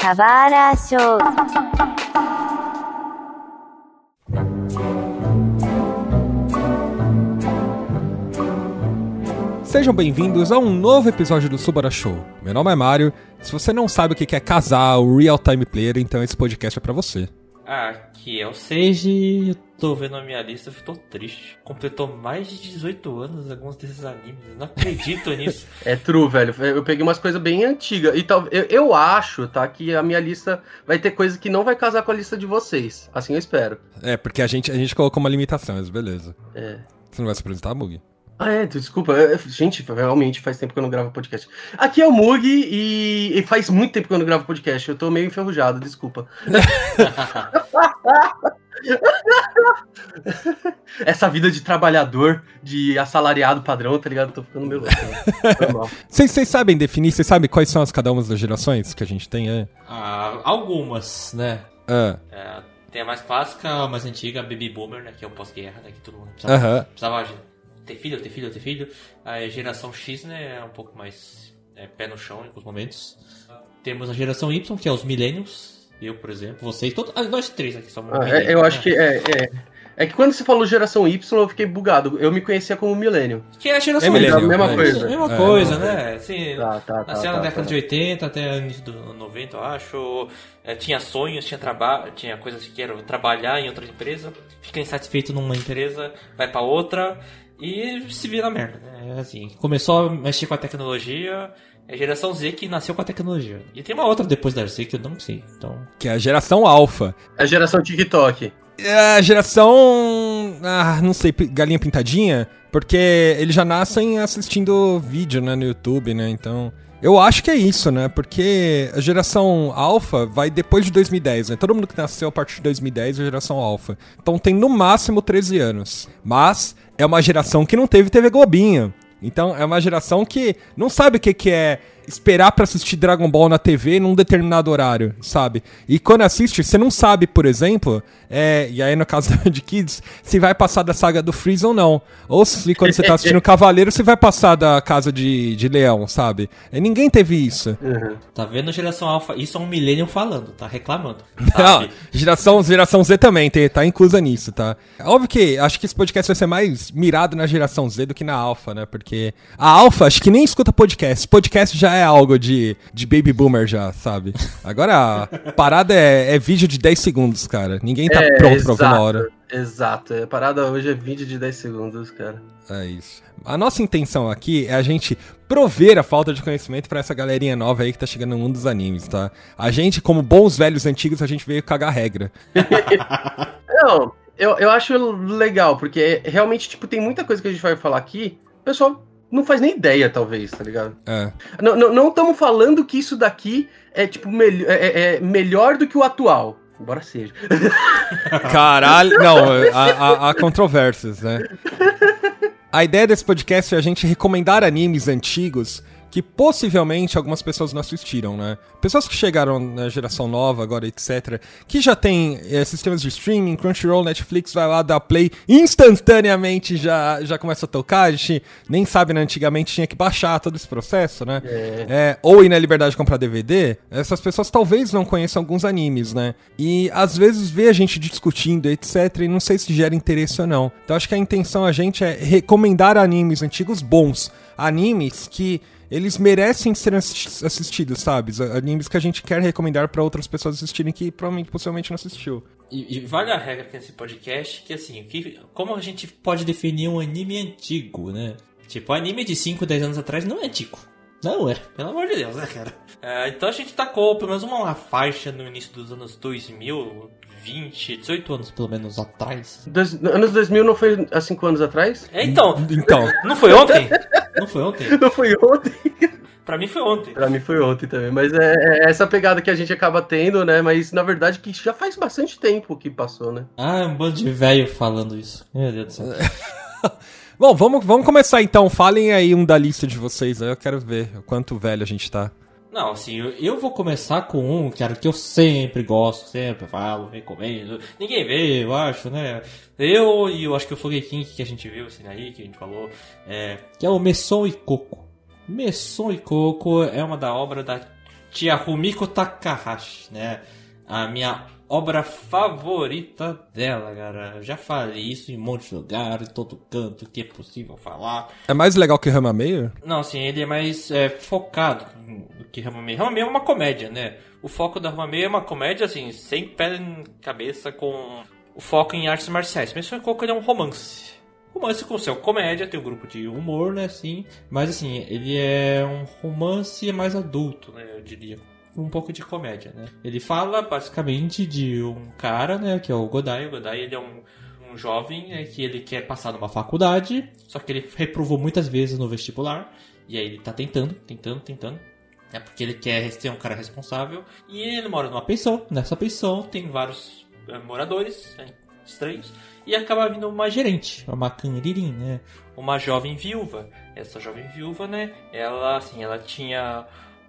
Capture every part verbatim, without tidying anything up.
Kawara Show. Sejam bem-vindos a um novo episódio do Subara Show. Meu nome é Mário. Se você não sabe o que é casar o Real Time Player, então esse podcast é pra você. Aqui é o Seiji, eu tô vendo a minha lista, eu tô triste. Completou mais de dezoito anos alguns desses animes, eu não acredito nisso. É true, velho. Eu peguei umas coisas bem antigas. E tal, eu, eu acho, tá, que a minha lista vai ter coisa que não vai casar com a lista de vocês. Assim eu espero. É, porque a gente, a gente colocou uma limitação, mas beleza. É. Você não vai se apresentar, Mugi? Ah, é, desculpa. Eu, gente, realmente faz tempo que eu não gravo podcast. Aqui é o Mugi e, e faz muito tempo que eu não gravo podcast. Eu tô meio enferrujado, desculpa. Essa vida de trabalhador, de assalariado padrão, tá ligado? Tô ficando meio louco. Né? Vocês sabem definir, vocês sabem quais são as cada uma das gerações que a gente tem, é? Ah, algumas, né? Ah. É, tem a mais clássica, a mais antiga, a Baby Boomer, né? Que é o pós-guerra, né? Que todo mundo precisava, Uh-huh. precisava ter filho, ter filho, ter filho. A geração X, né? É um pouco mais é, pé no chão em alguns momentos. Temos a geração Y, que é os Millennials. Eu, por exemplo, vocês, todos, ah, nós três aqui somos ah, é, Eu acho né? que é, é. É que quando você falou geração Y, eu fiquei bugado. Eu me conhecia como Millennial. Que é a geração é Y. A mesma é, coisa. É a mesma é, coisa, é, né? Assim, tá, tá, nasceu tá, na tá, década tá. de oitenta até o início do noventa, eu acho. É, tinha sonhos, tinha trabalho, tinha coisas que quero trabalhar em outra empresa, fica insatisfeito numa empresa, vai pra outra e se vira merda, né? Assim, começou a mexer com a tecnologia. É a geração Z que nasceu com a tecnologia. E tem uma outra depois da Z que eu não sei. Então... Que é a geração Alpha. É a geração TikTok. É a geração... Ah, não sei, galinha pintadinha. Porque eles já nascem assistindo vídeo, né, no YouTube, né? Então... Eu acho que é isso, né? Porque a geração Alpha vai depois de dois mil e dez, né? Todo mundo que nasceu a partir de dois mil e dez é a geração Alpha. Então tem no máximo treze anos. Mas é uma geração que não teve T V Globinho. Então é uma geração que não sabe o que, que é esperar pra assistir Dragon Ball na T V num determinado horário, sabe? E quando assiste, você não sabe, por exemplo, é, e aí no caso da Band Kids, se vai passar da saga do Freeza ou não. Ou se quando você tá assistindo Cavaleiro, se vai passar da Casa de, de Leão, sabe? E ninguém teve isso. Uhum. Tá vendo a geração Alpha? Isso é um Millennium falando, tá reclamando. Não, geração, geração Z também, tem, tá inclusa nisso, tá? Óbvio que acho que esse podcast vai ser mais mirado na geração Z do que na Alpha, né? Porque a Alpha acho que nem escuta podcast. Podcast já é algo de, de baby boomer já, sabe? Agora a parada é, é vídeo de dez segundos, cara. Ninguém tá é, pronto exato, pra ouvir na hora. Exato. A parada hoje é vídeo de dez segundos, cara. É isso. A nossa intenção aqui é a gente prover a falta de conhecimento pra essa galerinha nova aí que tá chegando no mundo dos animes, tá? A gente, como bons velhos antigos, a gente veio cagar regra. Não, eu, eu acho legal, porque realmente, tipo, tem muita coisa que a gente vai falar aqui, o pessoal não faz nem ideia, talvez, tá ligado? É. Não estamos falando que isso daqui é, tipo, mel- é, é melhor do que o atual. Embora seja. Caralho, não, há, há, há controvérsias, né? A ideia desse podcast é a gente recomendar animes antigos que possivelmente algumas pessoas não assistiram, né? Pessoas que chegaram na geração nova agora, etcétera, que já tem é, sistemas de streaming, Crunchyroll, Netflix, vai lá dar play, instantaneamente já, já começa a tocar, a gente nem sabe, né? Antigamente tinha que baixar todo esse processo, né? É. É, ou ir na liberdade de comprar D V D, essas pessoas talvez não conheçam alguns animes, né? E às vezes vê a gente discutindo, etcétera, e não sei se gera interesse ou não. Então acho que a intenção a gente é recomendar animes antigos bons, animes que eles merecem ser assistidos, sabe? Animes que a gente quer recomendar pra outras pessoas assistirem que provavelmente, possivelmente não assistiu. E, e vale a regra aqui nesse podcast que, assim, que, como a gente pode definir um anime antigo, né? Tipo, anime de cinco, dez anos atrás não é antigo. Não é, pelo amor de Deus, né, cara? É, então a gente tacou pelo menos uma, uma faixa no início dos anos dois mil, vinte, dezoito anos pelo menos atrás. Dois, anos dois mil não foi há cinco anos atrás? É, então, então. Não foi ontem? Não foi ontem? Não foi ontem? Pra mim foi ontem. Pra mim foi ontem também, mas é, é essa pegada que a gente acaba tendo, né? Mas na verdade que já faz bastante tempo que passou, né? Ah, um bando de velho falando isso. Meu Deus do céu. Bom, vamos, vamos começar então. Falem aí um da lista de vocês. Eu quero ver o quanto velho a gente tá. Não, assim, eu, eu vou começar com um, cara, que eu sempre gosto, sempre falo, recomendo. Ninguém vê, eu acho, né? Eu e eu acho que o Fogeking que a gente viu, assim, aí, que a gente falou, é, que é o Messon e Coco. Messon e Coco é uma da obra da tia Rumiko Takahashi, né? A minha obra favorita dela, cara. Eu já falei isso em um monte de lugar, em todo canto que é possível falar. É mais legal que Ranma Meio? Não, assim, ele é mais é, focado do que Ranma Meio. Ranma Meio é uma comédia, né? O foco da Ranma Meio é uma comédia, assim, sem pé em cabeça, com o foco em artes marciais. Mas o Coco ele é um romance. Romance com seu comédia, tem um grupo de humor, né, assim. Mas, assim, ele é um romance mais adulto, né, eu diria. Um pouco de comédia, né? Ele fala basicamente de um cara, né, que é o Godai. O Godai, ele é um, um jovem, né, que ele quer passar numa faculdade, só que ele reprovou muitas vezes no vestibular, e aí ele tá tentando, tentando, tentando, é porque ele quer ser um cara responsável, e ele mora numa pensão. Nessa pensão tem vários é, moradores, né, estranhos, e acaba vindo uma gerente, uma Kanririn, né, uma jovem viúva. Essa jovem viúva, né, ela, assim, ela tinha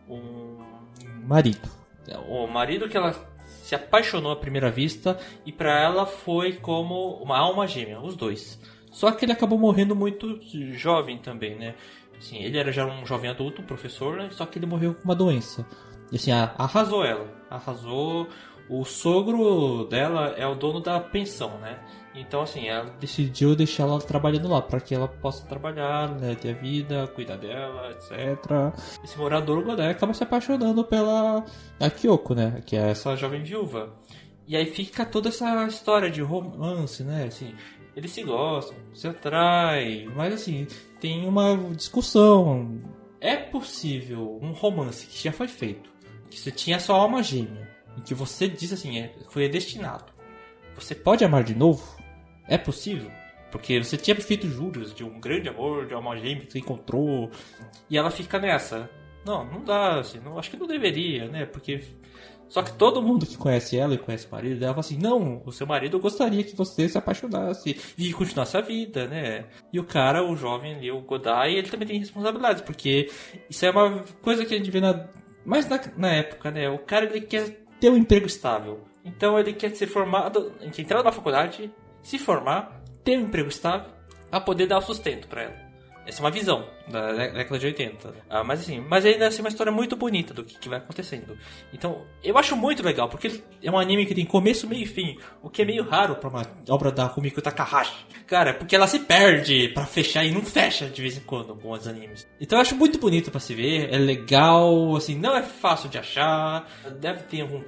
um marido. O marido que ela se apaixonou à primeira vista e pra ela foi como uma alma gêmea, os dois. Só que ele acabou morrendo muito jovem também, né? Assim, ele era já um jovem adulto, professor, né? Só que ele morreu com uma doença. E assim, arrasou ela. Arrasou. O sogro dela é o dono da pensão, né? Então, assim, ela decidiu deixar ela trabalhando lá, para que ela possa trabalhar, né, ter a vida, cuidar dela, etcétera. Esse morador, o Godai, acaba se apaixonando pela a Kyoko, né, que é essa jovem viúva. E aí fica toda essa história de romance, né, assim, eles se gostam, se atraem, mas assim, tem uma discussão. É possível um romance que já foi feito, que você tinha sua alma gêmea, em que você diz assim, é, foi destinado. Você pode amar de novo? É possível? Porque você tinha feito juros de um grande amor, de uma gêmea que você encontrou, e ela fica nessa. Não, não dá, assim, não, acho que não deveria, né? Porque... Só que todo mundo que conhece ela e conhece o marido dela fala assim, não, o seu marido gostaria que você se apaixonasse e continuasse a vida, né? E o cara, o jovem ali, o Godai, ele também tem responsabilidades, porque isso é uma coisa que a gente vê na... mais na, na época, né? O cara, ele quer ter um emprego estável. Então ele quer ser formado, entrar na faculdade, se formar, ter um emprego estável, a poder dar o sustento pra ela. Essa é uma visão da década de oitenta. Ah, mas assim, mas ainda assim é uma história muito bonita do que, que vai acontecendo. Então, eu acho muito legal, porque é um anime que tem começo, meio e fim, o que é meio raro pra uma obra da Rumiko Takahashi. Cara, porque ela se perde pra fechar e não fecha de vez em quando alguns animes. Então eu acho muito bonito pra se ver, é legal, assim, não é fácil de achar, deve ter em algum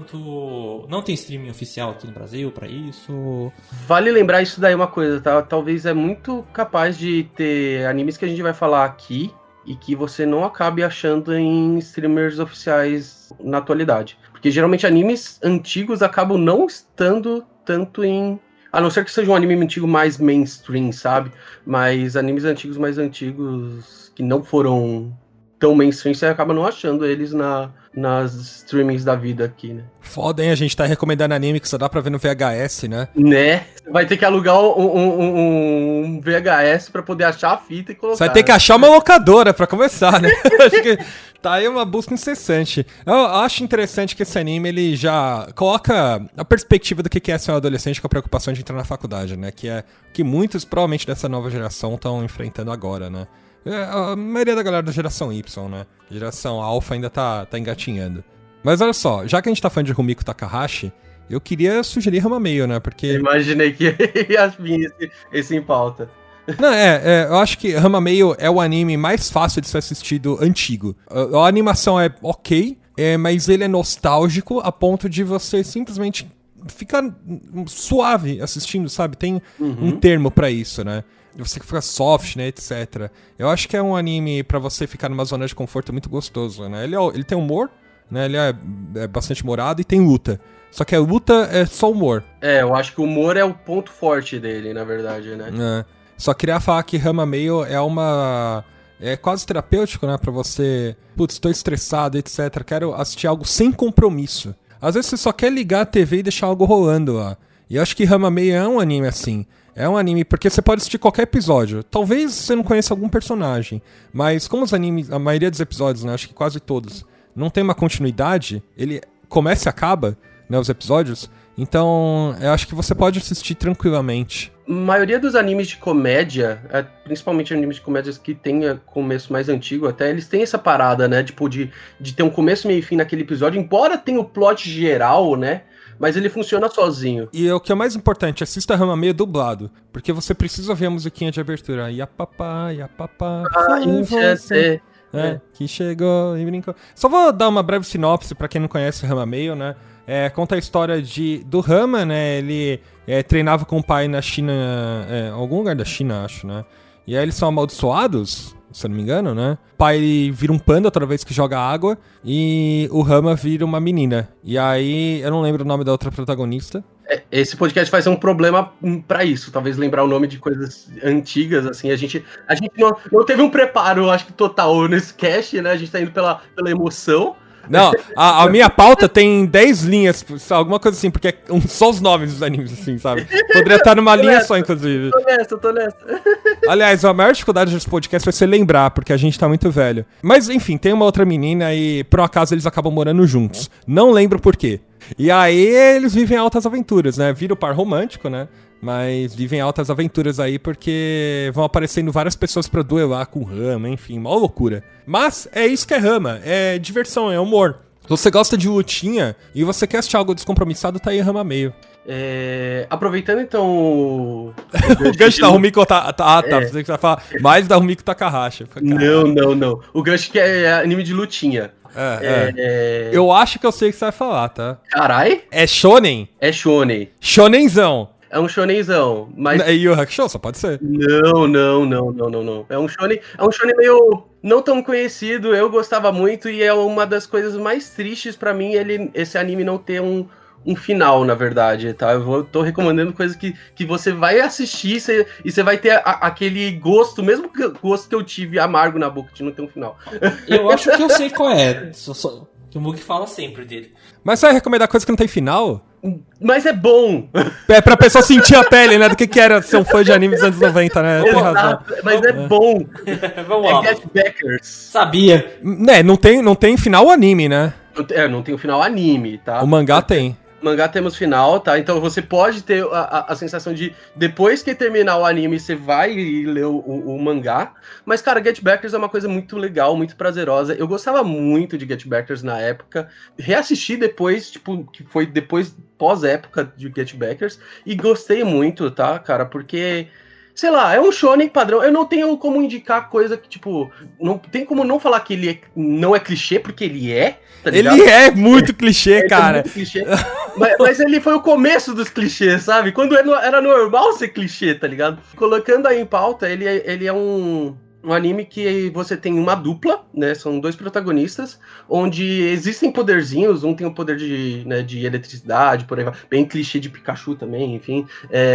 canto, não tem streaming oficial aqui no Brasil pra isso. Vale lembrar isso daí uma coisa, tá? Talvez é muito capaz de ter animes que a gente vai falar aqui e que você não acabe achando em streamers oficiais na atualidade. Porque geralmente animes antigos acabam não estando tanto em... A não ser que seja um anime antigo mais mainstream, sabe? Mas animes antigos mais antigos que não foram tão mainstream, você acaba não achando eles na, nas streamings da vida aqui, né? Foda, hein? A gente tá recomendando anime que só dá pra ver no V H S, né? Né? Vai ter que alugar um, um, um V H S pra poder achar a fita e colocar. Você vai ter que achar uma locadora pra começar, né? Acho que tá aí uma busca incessante. Eu acho interessante que esse anime, ele já coloca a perspectiva do que é ser um adolescente com a preocupação de entrar na faculdade, né? Que é o que muitos, provavelmente, dessa nova geração estão enfrentando agora, né? A maioria da galera da geração Y, né? A geração Alpha ainda tá, tá engatinhando. Mas olha só, já que a gente tá falando de Rumiko Takahashi, eu queria sugerir Ranma Meio, né? Porque... Eu imaginei que ia vir esse, esse em pauta. Não, é, é, eu acho que Ranma Meio é o anime mais fácil de ser assistido antigo. A, a animação é ok, é, mas ele é nostálgico a ponto de você simplesmente ficar suave assistindo, sabe? Tem uhum. um termo pra isso, né? Você fica soft, né, etcétera. Eu acho que é um anime pra você ficar numa zona de conforto muito gostoso, né? Ele, é, ele tem humor, né? Ele é, é bastante humorado e tem luta. Só que a luta é só humor. É, eu acho que o humor é o ponto forte dele, na verdade, né? É. Só queria falar que Ranma Meio é uma... É quase terapêutico, né? Pra você... Putz, tô estressado, etcétera. Quero assistir algo sem compromisso. Às vezes você só quer ligar a T V e deixar algo rolando lá. E eu acho que Ranma Meio é um anime assim. É um anime porque você pode assistir qualquer episódio. Talvez você não conheça algum personagem. Mas como os animes... A maioria dos episódios, né? Acho que quase todos. Não tem uma continuidade. Ele começa e acaba. né, os episódios. Então, eu acho que você pode assistir tranquilamente. A maioria dos animes de comédia, principalmente animes de comédias que tem começo mais antigo até, eles têm essa parada, né? Tipo, de, de ter um começo, meio e fim naquele episódio, embora tenha o plot geral, né? Mas ele funciona sozinho. E o que é mais importante, assista Rama meio dublado, porque você precisa ouvir a musiquinha de abertura. Iapapá, iapapá, Ah, você é, é, que chegou e brincou. Só vou dar uma breve sinopse pra quem não conhece Rama meio, né? É, conta a história de, do Rama, né? Ele é, treinava com o pai na China, é, algum lugar da China, acho, né? E aí eles são amaldiçoados, se eu não me engano, né? O pai vira um panda toda vez que joga água e o Rama vira uma menina. E aí, eu não lembro o nome da outra protagonista. É, esse podcast vai ser um problema pra isso, talvez lembrar o nome de coisas antigas, assim, a gente, a gente não, não teve um preparo, acho que total nesse cast, né? A gente tá indo pela, pela emoção. Não, a, a minha pauta tem dez linhas, alguma coisa assim, porque é um, só os nomes dos animes, assim, sabe? Poderia estar numa linha só, inclusive. Tô nessa, tô nessa. Aliás, a maior dificuldade desse podcast vai ser lembrar, porque a gente tá muito velho. Mas, enfim, tem uma outra menina e, por um acaso, eles acabam morando juntos. Não lembro por quê. E aí, eles vivem altas aventuras, né? Vira o par romântico, né? Mas vivem altas aventuras aí porque vão aparecendo várias pessoas pra duelar com Rama, enfim, mó loucura. Mas é isso que é Rama, é diversão, é humor. Se você gosta de lutinha e você quer assistir algo descompromissado, tá aí Rama meio. É, aproveitando então o, o gancho da Rumiko tá... tá ah, tá, é. Você vai falar mais da Rumiko Takahashi. Não, não, não. O gancho que é anime de lutinha. É, é. É... Eu acho que eu sei o que você vai falar, tá? Carai? É shonen? É shonen. Shonenzão. É um shonenzão, mas... É Yu Yu Hakusho? Só pode ser. Não, não, não, não, não, não. É um shonen, é um shonen meio não tão conhecido, eu gostava muito e é uma das coisas mais tristes pra mim ele, esse anime não ter um, um final, na verdade, tá? Eu vou, tô recomendando coisas que, que você vai assistir cê, e você vai ter a, aquele gosto, mesmo que, gosto que eu tive amargo na boca de não ter um final. Eu acho que eu sei qual é, só, só, que o Mug fala sempre dele. Mas você vai recomendar coisa que não tem final? Mas é bom. É pra pessoa sentir a pele, né? Do que que era ser um fã de anime dos anos noventa, né? Tem razão. Mas é, é bom. Vamos lá. É Get Backers. Sabia. Né, não tem, não tem final anime, né? É, não tem o final anime, tá? O mangá tem. O mangá temos final, tá? Então você pode ter a, a, a sensação de, depois que terminar o anime, você vai ler o, o, o mangá. Mas, cara, Get Backers é uma coisa muito legal, muito prazerosa. Eu gostava muito de Get Backers na época. Reassisti depois, tipo, que foi depois, pós-época de Get Backers. E gostei muito, tá, cara? Porque... sei lá, é um shonen padrão. Eu não tenho como indicar coisa que, tipo... não tem como não falar que ele é, não é clichê, porque ele é, tá ligado? Ele é muito clichê, ele cara. É muito clichê. mas, mas ele foi o começo dos clichês, sabe? Quando era normal ser clichê, tá ligado? Colocando aí em pauta, ele é, ele é um... um anime que você tem uma dupla, né? São dois protagonistas, onde existem poderzinhos, um tem o poder de, né, de eletricidade, por aí vai, bem clichê de Pikachu também, enfim,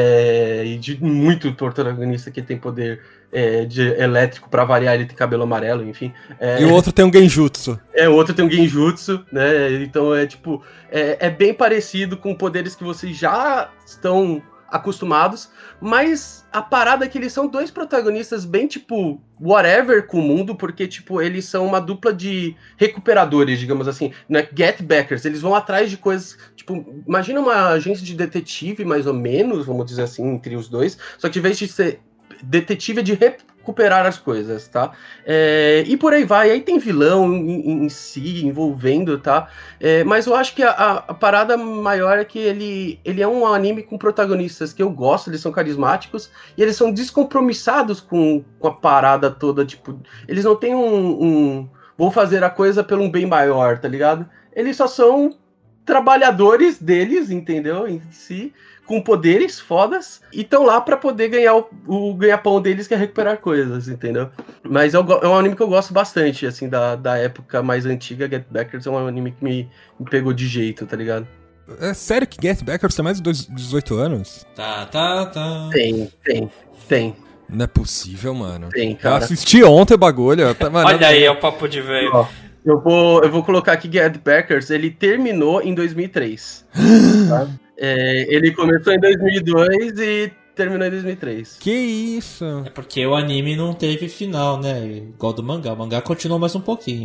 é, e de muito protagonista que tem poder é, de elétrico, pra variar, ele tem cabelo amarelo, enfim. É, e o outro tem um genjutsu. É, o outro tem um genjutsu, né? Então é tipo, é, é bem parecido com poderes que vocês já estão acostumados, mas a parada é que eles são dois protagonistas bem, tipo, whatever com o mundo, porque, tipo, eles são uma dupla de recuperadores, digamos assim, né? Get Backers, eles vão atrás de coisas, tipo, imagina uma agência de detetive, mais ou menos, vamos dizer assim, entre os dois, só que em vez de ser detetive é de recuperar as coisas, tá? É, e por aí vai, aí tem vilão em, em si, envolvendo, tá? É, mas eu acho que a, a parada maior é que ele, ele é um anime com protagonistas que eu gosto, eles são carismáticos, e eles são descompromissados com, com a parada toda, tipo, eles não têm um, um... vou fazer a coisa pelo um bem maior, tá ligado? Eles só são trabalhadores deles, entendeu? Em si, com poderes fodas, e estão lá pra poder ganhar o, o ganha-pão deles, que é recuperar coisas, entendeu? Mas eu, é um anime que eu gosto bastante, assim, da, da época mais antiga. Get Backers é um anime que me, me pegou de jeito, tá ligado? É sério que Get Backers tem mais de dezoito anos? Tá, tá, tá. Tem, tem, tem. Não é possível, mano. Tem, cara. Eu assisti ontem o bagulho. Tá, mano, olha aí, é o papo de velho. Ó, eu vou, eu vou colocar aqui Get Backers, ele terminou em dois mil e três. Tá? É, ele começou em dois mil e dois e terminou em dois mil e três. Que isso? É porque o anime não teve final, né? Igual do mangá. O mangá continuou mais um pouquinho.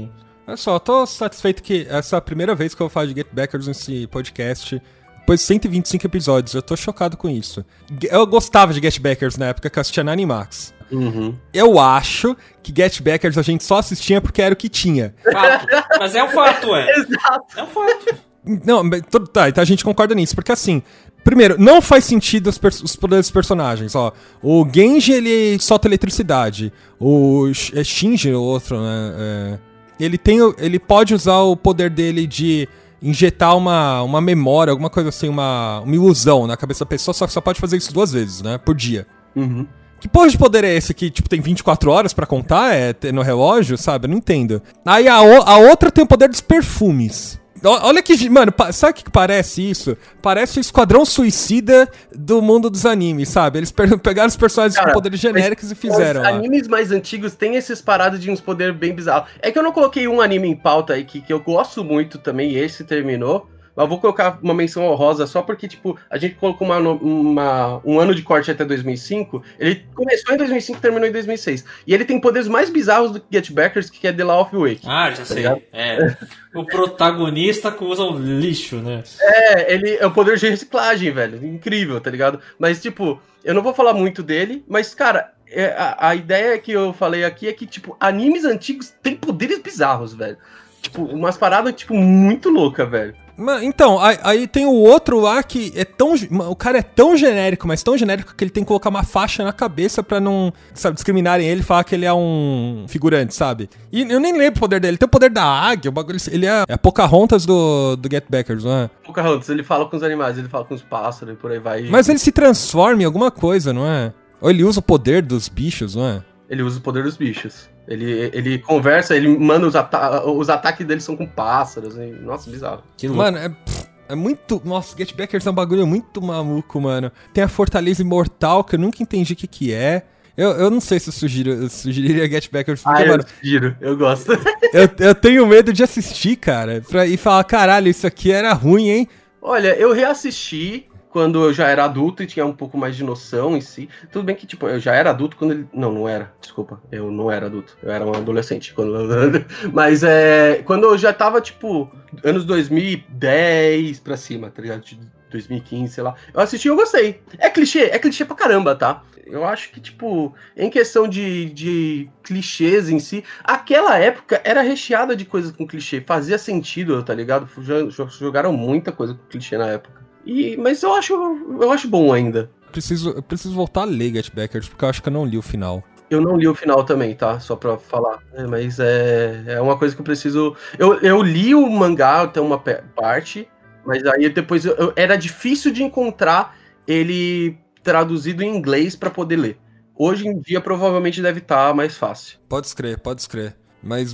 Olha só, eu tô satisfeito que essa é a primeira vez que eu vou falar de Get Backers nesse podcast, depois de cento e vinte e cinco episódios. Eu tô chocado com isso. Eu gostava de Get Backers na época que eu assistia na Animax. Uhum. Eu acho que Get Backers a gente só assistia porque era o que tinha. Fato. Mas é um fato, é. Exato. É um fato. Não, tá, então a gente concorda nisso, porque assim... Primeiro, não faz sentido os, os poderes dos personagens, ó. O Genji, ele solta eletricidade. O é Shinji, o outro, né? É, ele, tem, ele pode usar o poder dele de injetar uma, uma memória, alguma coisa assim, uma, uma ilusão na cabeça da pessoa, só que só pode fazer isso duas vezes, né? Por dia. Uhum. Que porra de poder é esse que, tipo, tem vinte e quatro horas pra contar é, no relógio, sabe? Eu não entendo. Aí a, o, a outra tem o poder dos perfumes. Olha que, mano, sabe o que parece isso? Parece o Esquadrão Suicida do mundo dos animes, sabe? Eles pegaram os personagens Cara, com poderes genéricos e fizeram os lá. animes mais antigos têm esses paradas de uns poderes bem bizarros. É que eu não coloquei um anime em pauta aí que, que eu gosto muito também, e esse terminou. Mas vou colocar uma menção honrosa só porque, tipo, a gente colocou uma, uma, um ano de corte até dois mil e cinco. Ele começou em dois mil e cinco e terminou em dois mil e seis. E ele tem poderes mais bizarros do que Get Backers, que é The Law of Wake. Ah, já tá sei. Ligado? É. O protagonista que usa o lixo, né? É, ele é o poder de reciclagem, velho. Incrível, tá ligado? Mas, tipo, eu não vou falar muito dele, mas, cara, é, a, a ideia que eu falei aqui é que, tipo, animes antigos têm poderes bizarros, velho. Tipo, umas paradas, tipo, muito loucas, velho. Então, aí, aí tem o outro lá que é tão... O cara é tão genérico, mas tão genérico que ele tem que colocar uma faixa na cabeça pra não, sabe, discriminarem ele e falar que ele é um figurante, sabe? E eu nem lembro o poder dele. Ele tem o poder da águia, o bagulho... Ele é, é a Pocahontas do, do Get Backers, não é? Pocahontas, ele fala com os animais, ele fala com os pássaros e por aí vai. Mas ele se transforma em alguma coisa, não é? Ou ele usa o poder dos bichos, não é? Ele usa o poder dos bichos. Ele, ele conversa, ele manda os, ata os ataques dele são com pássaros. E... Nossa, bizarro. Que mano, é, é muito... Nossa, Get Backers é um bagulho muito maluco, mano. Tem a Fortaleza Imortal, que eu nunca entendi o que que é. Eu, eu não sei se eu, sugiro, eu sugeriria Get Backers. Porque, ah, mano, eu sugiro, eu gosto. eu, eu tenho medo de assistir, cara. Pra, e falar, caralho, isso aqui era ruim, hein? Olha, eu reassisti... quando eu já era adulto e tinha um pouco mais de noção em si. Tudo bem que, tipo, eu já era adulto quando ele... Não, não era. Desculpa. Eu não era adulto. Eu era um adolescente. Quando... Mas, é... Quando eu já tava, tipo, anos dois mil e dez pra cima, tá ligado? De dois mil e quinze, sei lá. Eu assisti e eu gostei. É clichê? É clichê pra caramba, tá? Eu acho que, tipo, em questão de, de clichês em si, aquela época era recheada de coisas com clichê. Fazia sentido, tá ligado? Jogaram muita coisa com clichê na época. E, mas eu acho, eu acho bom ainda. Preciso, eu preciso voltar a ler Get Backers, porque eu acho que eu não li o final. Eu não li o final também, tá? Só pra falar. É, mas é, é uma coisa que eu preciso... Eu, eu li o mangá até uma parte, mas aí depois eu, eu, era difícil de encontrar ele traduzido em inglês pra poder ler. Hoje em dia provavelmente deve estar mais fácil. Pode escrever, pode escrever. Mas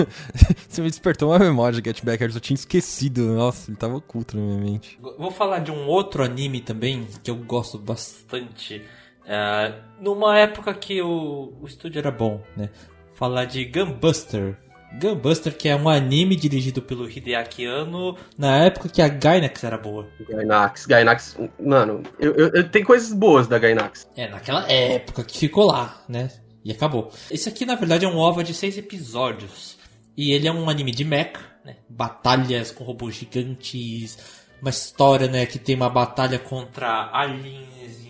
você me despertou uma memória de Get Backers, eu tinha esquecido. Nossa, ele tava oculto na minha mente. Vou falar de um outro anime também, que eu gosto bastante. É, numa época que o, o estúdio era bom, né? Falar de Gunbuster. Gunbuster, que é um anime dirigido pelo Hideaki Anno, na época que a Gainax era boa. Gainax, Gainax, mano, eu, eu, eu tem coisas boas da Gainax. É, naquela época que ficou lá, né? E acabou. Esse aqui, na verdade, é um O V A de seis episódios. E ele é um anime de mecha, né? Batalhas com robôs gigantes. Uma história, né? Que tem uma batalha contra aliens,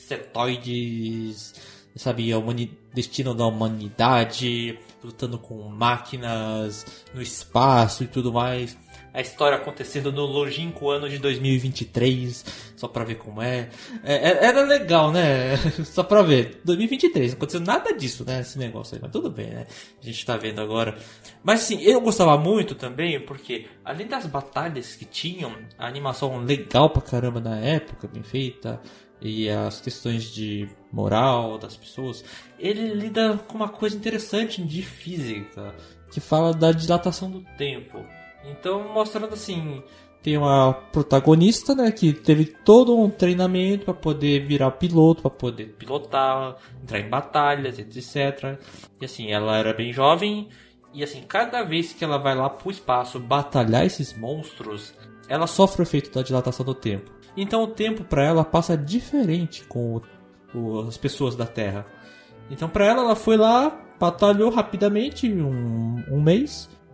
insetoides. Sabe? O humani- destino da humanidade. Lutando com máquinas no espaço e tudo mais. A história acontecendo no longínquo ano de dois mil e vinte e três, só pra ver como é. é. Era legal, né? Só pra ver. dois mil e vinte e três, não aconteceu nada disso, né? Esse negócio aí, mas tudo bem, né? A gente tá vendo agora. Mas sim, eu gostava muito também, porque além das batalhas que tinham, a animação legal pra caramba na época, bem feita, e as questões de moral das pessoas, ele lida com uma coisa interessante de física, que fala da dilatação do tempo. Então, mostrando assim, tem uma protagonista, né, que teve todo um treinamento para poder virar piloto, para poder pilotar, entrar em batalhas, etcétera. E assim, ela era bem jovem, e assim, cada vez que ela vai lá pro espaço batalhar esses monstros, ela sofre o efeito da dilatação do tempo. Então o tempo para ela passa diferente com o, o, as pessoas da Terra. Então para ela, ela foi lá, batalhou rapidamente, um, um mês,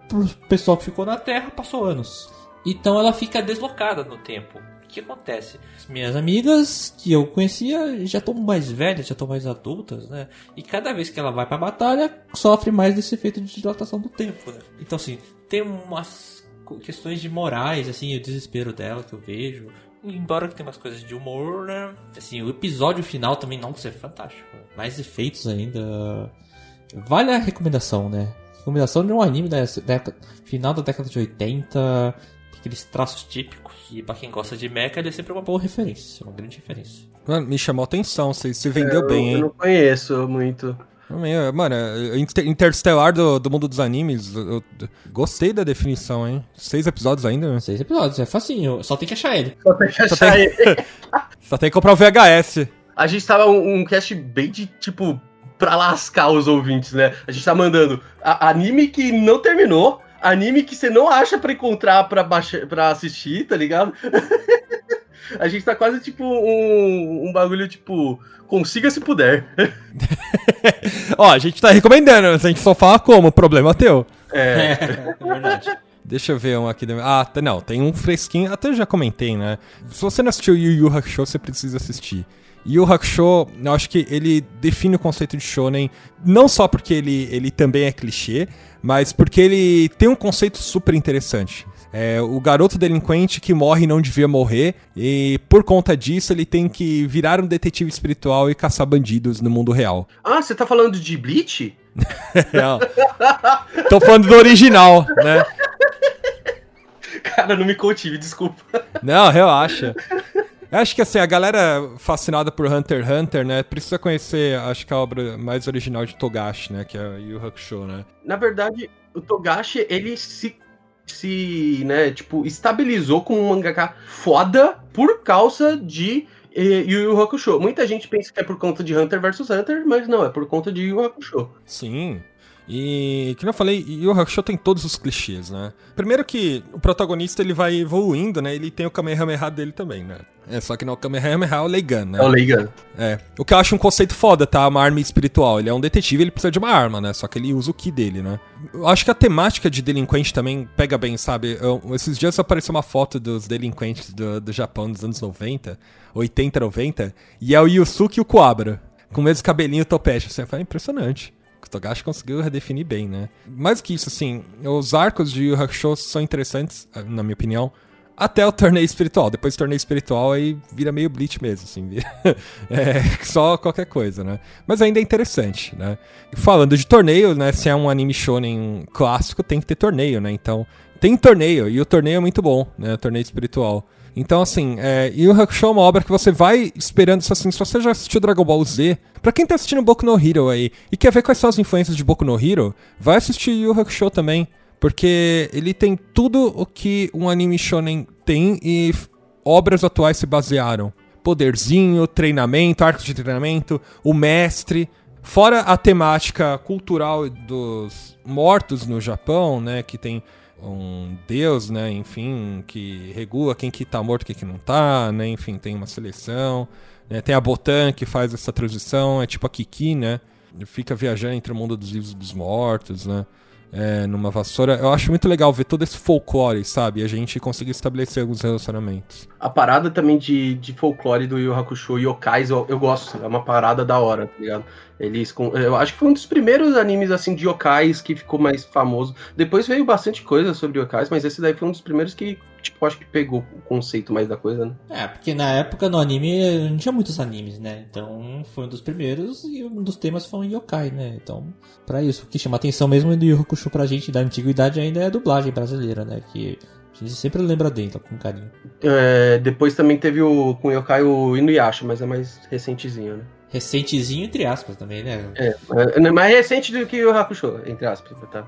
pro pessoal que ficou na Terra, passou anos. Então ela fica deslocada no tempo. O que acontece? As minhas amigas que eu conhecia já estão mais velhas, já estão mais adultas, né? E cada vez que ela vai pra batalha, sofre mais desse efeito de dilatação do tempo, né? Então, assim, tem umas questões de morais, assim, o desespero dela que eu vejo. Embora que tenha umas coisas de humor, né? Assim, o episódio final também, não, é fantástico. Mais efeitos ainda. Vale a recomendação, né? Recomendação de um anime da década, final da década de oitenta, aqueles traços típicos. E pra quem gosta de mecha, ele é sempre uma boa referência, uma grande referência. Mano, me chamou a atenção, você se vendeu é, bem, eu, hein? Eu não conheço muito. Mano, Interstellar do, do mundo dos animes, eu, eu gostei da definição, hein? Seis episódios ainda? Seis episódios, é facinho, só tem que achar ele. Só tem que achar só tem, ele. Só tem que comprar o V H S. A gente tava um, um cast bem de, tipo, pra lascar os ouvintes, né? A gente tá mandando a, anime que não terminou, anime que você não acha pra encontrar pra, baixa, pra assistir, tá ligado? A gente tá quase, tipo, um, um bagulho, tipo, consiga se puder. Ó, a gente tá recomendando, a gente só fala como, o problema é teu. É, é verdade. Deixa eu ver um aqui. Ah, não, tem um fresquinho, até eu já comentei, né? Se você não assistiu Yu Yu Hakusho, você precisa assistir. Yu Yu Hakusho, eu acho que ele define o conceito de shonen, não só porque ele, ele também é clichê, mas porque ele tem um conceito super interessante. É o garoto delinquente que morre e não devia morrer, e por conta disso ele tem que virar um detetive espiritual e caçar bandidos no mundo real. Ah, você tá falando de Bleach? Não. Tô falando do original, né? Cara, não me contive, desculpa. Não, relaxa. Eu acho que assim, a galera fascinada por Hunter x Hunter, né, precisa conhecer, acho que a obra mais original de Togashi, né, que é Yu Yu Hakusho, né? Na verdade, o Togashi, ele se, se né, tipo, estabilizou como um mangaka foda por causa de eh, Yu Yu Hakusho. Muita gente pensa que é por conta de Hunter versus Hunter, mas não, é por conta de Yu Yu Hakusho. Sim. E, como eu falei, Yu Yu Hakusho tem todos os clichês, né? Primeiro que o protagonista, ele vai evoluindo, né? Ele tem o Kamehameha dele também, né? É, só que não, o Kamehameha é o Leigan, né? É o Leigan. É. O que eu acho um conceito foda, tá? Uma arma espiritual. Ele é um detetive, ele precisa de uma arma, né? Só que ele usa o ki dele, né? Eu acho que a temática de delinquente também pega bem, sabe? Eu, esses dias apareceu uma foto dos delinquentes do, do Japão dos anos noventa, oitenta, noventa, e é o Yusuke e o Kuwabara, com o mesmo cabelinho topete. Assim, foi impressionante. O Togashi conseguiu redefinir bem, né? Mais que isso, assim, os arcos de Yu Yu Hakusho são interessantes, na minha opinião, até o torneio espiritual. Depois do torneio espiritual, aí vira meio Bleach mesmo, assim. Vira é, só qualquer coisa, né? Mas ainda é interessante, né? E falando de torneio, né? Se é um anime shonen clássico, tem que ter torneio, né? Então, tem torneio, e o torneio é muito bom, né? O torneio espiritual. Então, assim, é, Yu Yu Hakusho é uma obra que você vai esperando, assim, se você já assistiu Dragon Ball Z, pra quem tá assistindo Boku no Hero aí, e quer ver quais são as influências de Boku no Hero, vai assistir Yu Yu Hakusho também, porque ele tem tudo o que um anime shonen tem e obras atuais se basearam. Poderzinho, treinamento, arcos de treinamento, o mestre, fora a temática cultural dos mortos no Japão, né, que tem um deus, né, enfim, que regula quem que tá morto e quem que não tá, né, enfim, tem uma seleção, né, tem a Botan que faz essa transição, é tipo a Kiki, né, fica viajando entre o mundo dos vivos e dos mortos, né, é, numa vassoura. Eu acho muito legal ver todo esse folclore, sabe, e a gente conseguir estabelecer alguns relacionamentos. A parada também de, de folclore do Yu Yu Hakusho e yokais, eu, eu gosto, é uma parada da hora, tá ligado? Eles, eu acho que foi um dos primeiros animes, assim, de yokais que ficou mais famoso. Depois veio bastante coisa sobre yokais, mas esse daí foi um dos primeiros que, tipo, acho que pegou o conceito mais da coisa, né? É, porque na época no anime não tinha muitos animes, né? Então foi um dos primeiros e um dos temas foi um yokai, né? Então, pra isso, o que chama atenção mesmo do Yu Yu Hakusho pra gente da antiguidade ainda é a dublagem brasileira, né? Que a gente sempre lembra dele, com carinho. É, depois também teve o, com o yokai o Inuyasha, mas é mais recentezinho, né? Recentezinho, entre aspas, também, né? É, é mais recente do que o Hakusho, entre aspas, tá?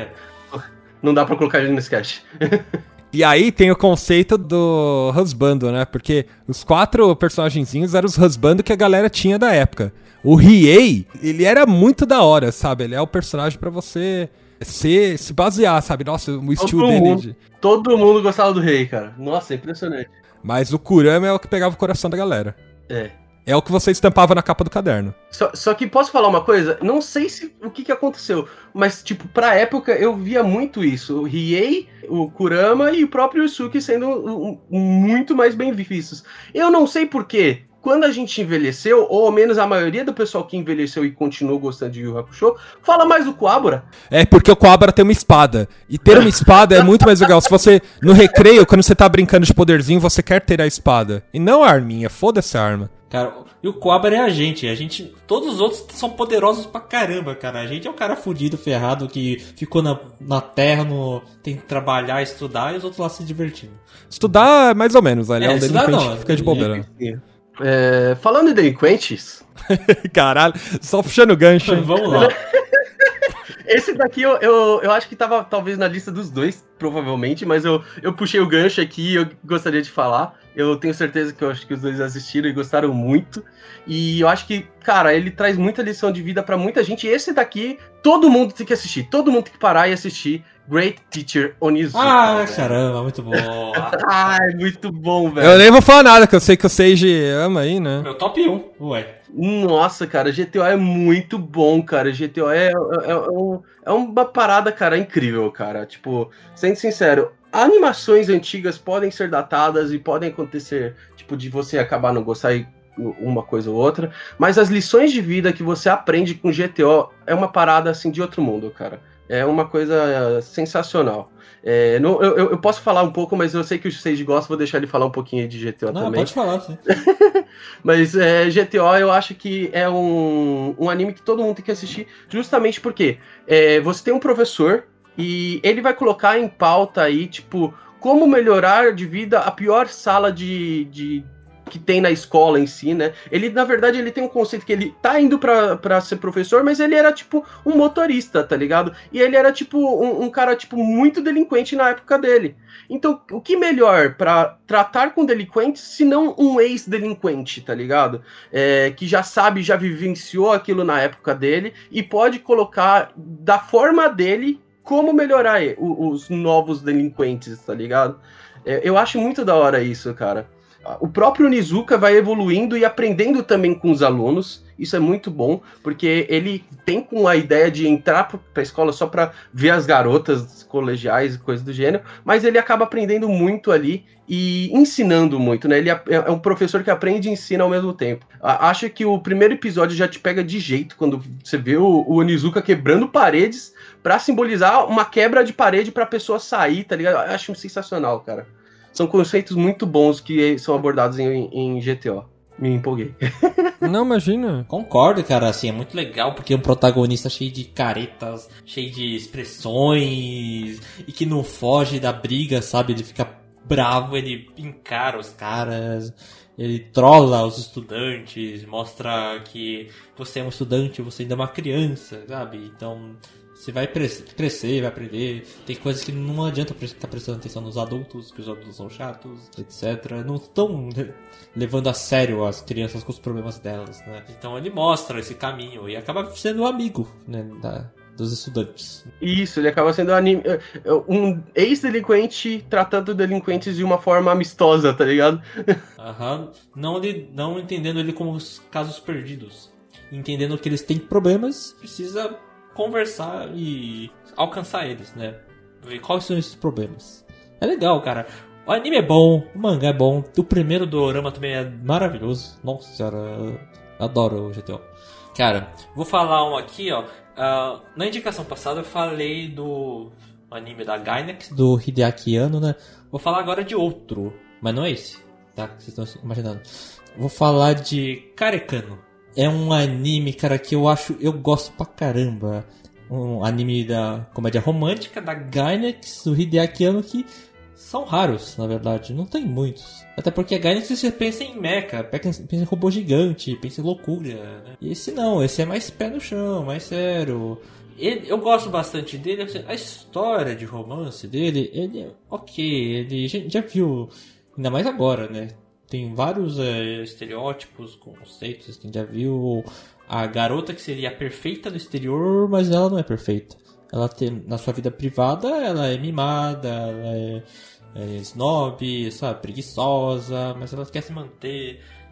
Não dá pra colocar ele nesse cast. E aí tem o conceito do husbando, né? Porque os quatro personagenzinhos eram os husbando que a galera tinha da época. O Riei, ele era muito da hora, sabe? Ele é o personagem pra você se, se basear, sabe? Nossa, o estilo todo dele... Mundo, de... Todo mundo gostava do Rei, cara. Nossa, é impressionante. Mas o Kurama é o que pegava o coração da galera. É. é o que você estampava na capa do caderno. Só, só que posso falar uma coisa? Não sei se o que, que aconteceu, mas, tipo, pra época eu via muito isso. O Riei, o Kurama e o próprio Yusuke sendo um, um, muito mais bem vistos. Eu não sei porquê. Quando a gente envelheceu, ou ao menos a maioria do pessoal que envelheceu e continuou gostando de Yu Yu Hakusho, fala mais do Kuwabara. É porque o Kuwabara tem uma espada. E ter uma espada é muito mais legal. Se você, no recreio, quando você tá brincando de poderzinho, você quer ter a espada. E não a arminha, foda-se a arma. Cara, e o Kuwabara é a gente. A gente. Todos os outros são poderosos pra caramba, cara. A gente é o cara fudido, ferrado, que ficou na, na terra, no, tem que trabalhar, estudar, e os outros lá se divertindo. Estudar, mais ou menos, velho. É, É, um estudar delinquente não, que fica de é- bobeira. É, falando em delinquentes, Caralho, só puxando gancho, hein? Vamos lá. esse daqui eu, eu, eu acho que tava talvez na lista dos dois, provavelmente, mas eu, eu puxei o gancho aqui e eu gostaria de falar. Eu tenho certeza que eu acho que os dois assistiram e gostaram muito. E eu acho que, cara, ele traz muita lição de vida pra muita gente. E esse daqui, todo mundo tem que assistir. Todo mundo tem que parar e assistir. Great Teacher Onizuka. Ah, velho. caramba, muito bom. Ah, é muito bom, velho. Eu nem vou falar nada, que eu sei que o Seiji ama aí, né? Meu top um, ué. Nossa, cara, G T O é muito bom, cara. G T O é, é, é, um- é uma parada, cara, incrível, cara. Tipo, sendo sincero, animações antigas podem ser datadas e podem acontecer, tipo, de você acabar não gostar e uma coisa ou outra, mas as lições de vida que você aprende com G T O é uma parada, assim, de outro mundo, cara. É uma coisa sensacional. É, não- eu, eu- eu posso falar um pouco, mas eu sei que o Seiji gosta, vou deixar ele falar um pouquinho de G T O Não, também. pode falar, sim. Mas é, G T O eu acho que é um, um anime que todo mundo tem que assistir, justamente porque é, você tem um professor e ele vai colocar em pauta aí, tipo, como melhorar de vida a pior sala de, de que tem na escola em si, né? Ele, na verdade, ele tem um conceito que ele tá indo pra, pra ser professor, mas ele era, tipo, um motorista, tá ligado? E ele era, tipo, um, um cara, tipo, muito delinquente na época dele. Então, o que melhor pra tratar com delinquentes se não um ex-delinquente, tá ligado? É, que já sabe, já vivenciou aquilo na época dele e pode colocar da forma dele como melhorar o- os novos delinquentes, tá ligado? É, eu acho muito da hora isso, cara. O próprio Onizuka vai evoluindo e aprendendo também com os alunos. Isso é muito bom, porque ele tem com a ideia de entrar para a escola só para ver as garotas colegiais e coisas do gênero, mas ele acaba aprendendo muito ali e ensinando muito, né? Ele é é um professor que aprende e ensina ao mesmo tempo. A- Acho que o primeiro episódio já te pega de jeito quando você vê o, o Onizuka quebrando paredes para simbolizar uma quebra de parede para a pessoa sair, tá ligado? Eu acho sensacional, cara. São conceitos muito bons que são abordados em, em G T O. Me empolguei. Não, imagina. Concordo, cara, assim, é muito legal porque é um protagonista cheio de caretas, cheio de expressões e que não foge da briga, sabe? Ele fica bravo, ele encara os caras, ele trola os estudantes, mostra que você é um estudante, você ainda é uma criança, sabe? Então você vai cres- crescer, vai aprender. Tem coisas que não adianta estar prestando atenção nos adultos, que os adultos são chatos, etcétera. Não estão levando a sério as crianças com os problemas delas, né? Então ele mostra esse caminho e acaba sendo um amigo, né, da, dos estudantes. Isso, ele acaba sendo um anime- um ex-delinquente tratando delinquentes de uma forma amistosa, tá ligado? Aham. Não, ele- não entendendo ele como os casos perdidos. Entendendo que eles têm problemas, precisa conversar e alcançar eles, né? Ver quais são esses problemas. É legal, cara. O anime é bom, o mangá é bom, o primeiro do Dorama também é maravilhoso. Nossa senhora, eu adoro o G T O. Cara, vou falar um aqui, ó. Ah, na indicação passada eu falei do anime da Gainax, do Hideaki Anno, né? Vou falar agora de outro, mas não é esse, tá? Que vocês estão imaginando. Vou falar de Karekano. É um anime, cara, que eu acho, eu gosto pra caramba. Um anime da comédia romântica da Gainax, do Hideaki Anno, que são raros, na verdade. Não tem muitos. Até porque a Gainax você pensa em mecha, pensa em robô gigante, pensa em loucura, né? E esse não, esse é mais pé no chão, mais sério. Ele, eu gosto bastante dele, assim, a história de romance dele, ele é ok, ele a gente já viu, ainda mais agora, né? Tem vários é, estereótipos, conceitos, a gente já viu a garota que seria a perfeita no exterior, mas ela não é perfeita. Ela tem, na sua vida privada, ela é mimada, ela é, é snob, sabe, preguiçosa, mas ela quer se manter.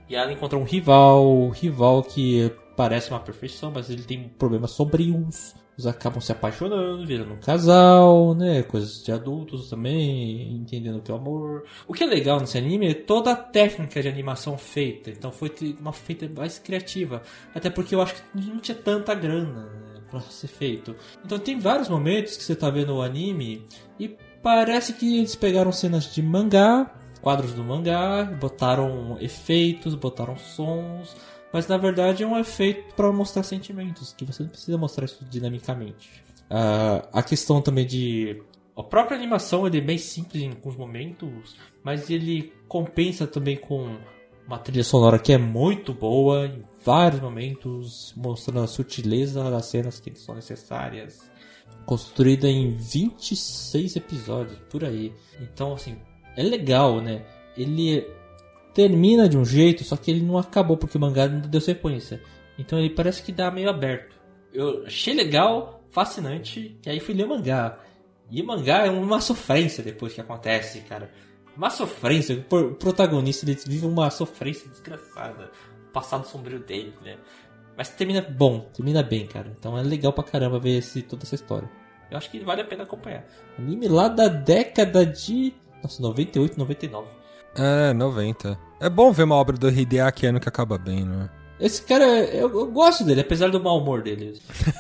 E ela encontra um rival, um rival que parece uma perfeição, mas ele tem problemas sombrios. Eles acabam se apaixonando, virando um casal, né? Coisas de adultos também, entendendo o que é o amor. O que é legal nesse anime é toda a técnica de animação feita. Então foi uma feita mais criativa. Até porque eu acho que não tinha tanta grana, né, pra ser feito. Então tem vários momentos que você tá vendo o anime e parece que eles pegaram cenas de mangá, quadros do mangá, botaram efeitos, botaram sons... Mas na verdade é um efeito para mostrar sentimentos, que você não precisa mostrar isso dinamicamente. Uh, a questão também de... A própria animação ele é bem simples em alguns momentos, mas ele compensa também com uma trilha sonora que é muito boa em vários momentos, mostrando a sutileza das cenas que são necessárias. Construída em vinte e seis episódios, por aí. Então, assim, é legal, né? Ele... termina de um jeito, só que ele não acabou porque o mangá não deu sequência. Então ele parece que dá meio aberto. Eu achei legal, fascinante, e aí fui ler o mangá. E o mangá é uma sofrência depois que acontece, cara. Uma sofrência. O protagonista ele vive uma sofrência desgraçada. O passado sombrio dele, né? Mas termina bom, termina bem, cara. Então é legal pra caramba ver esse, toda essa história. Eu acho que vale a pena acompanhar. Anime lá da década de... Nossa, noventa e oito, noventa e nove. É, noventa. É bom ver uma obra do Hideaki Anno que acaba bem, né? Esse cara, eu, eu gosto dele, apesar do mau humor dele.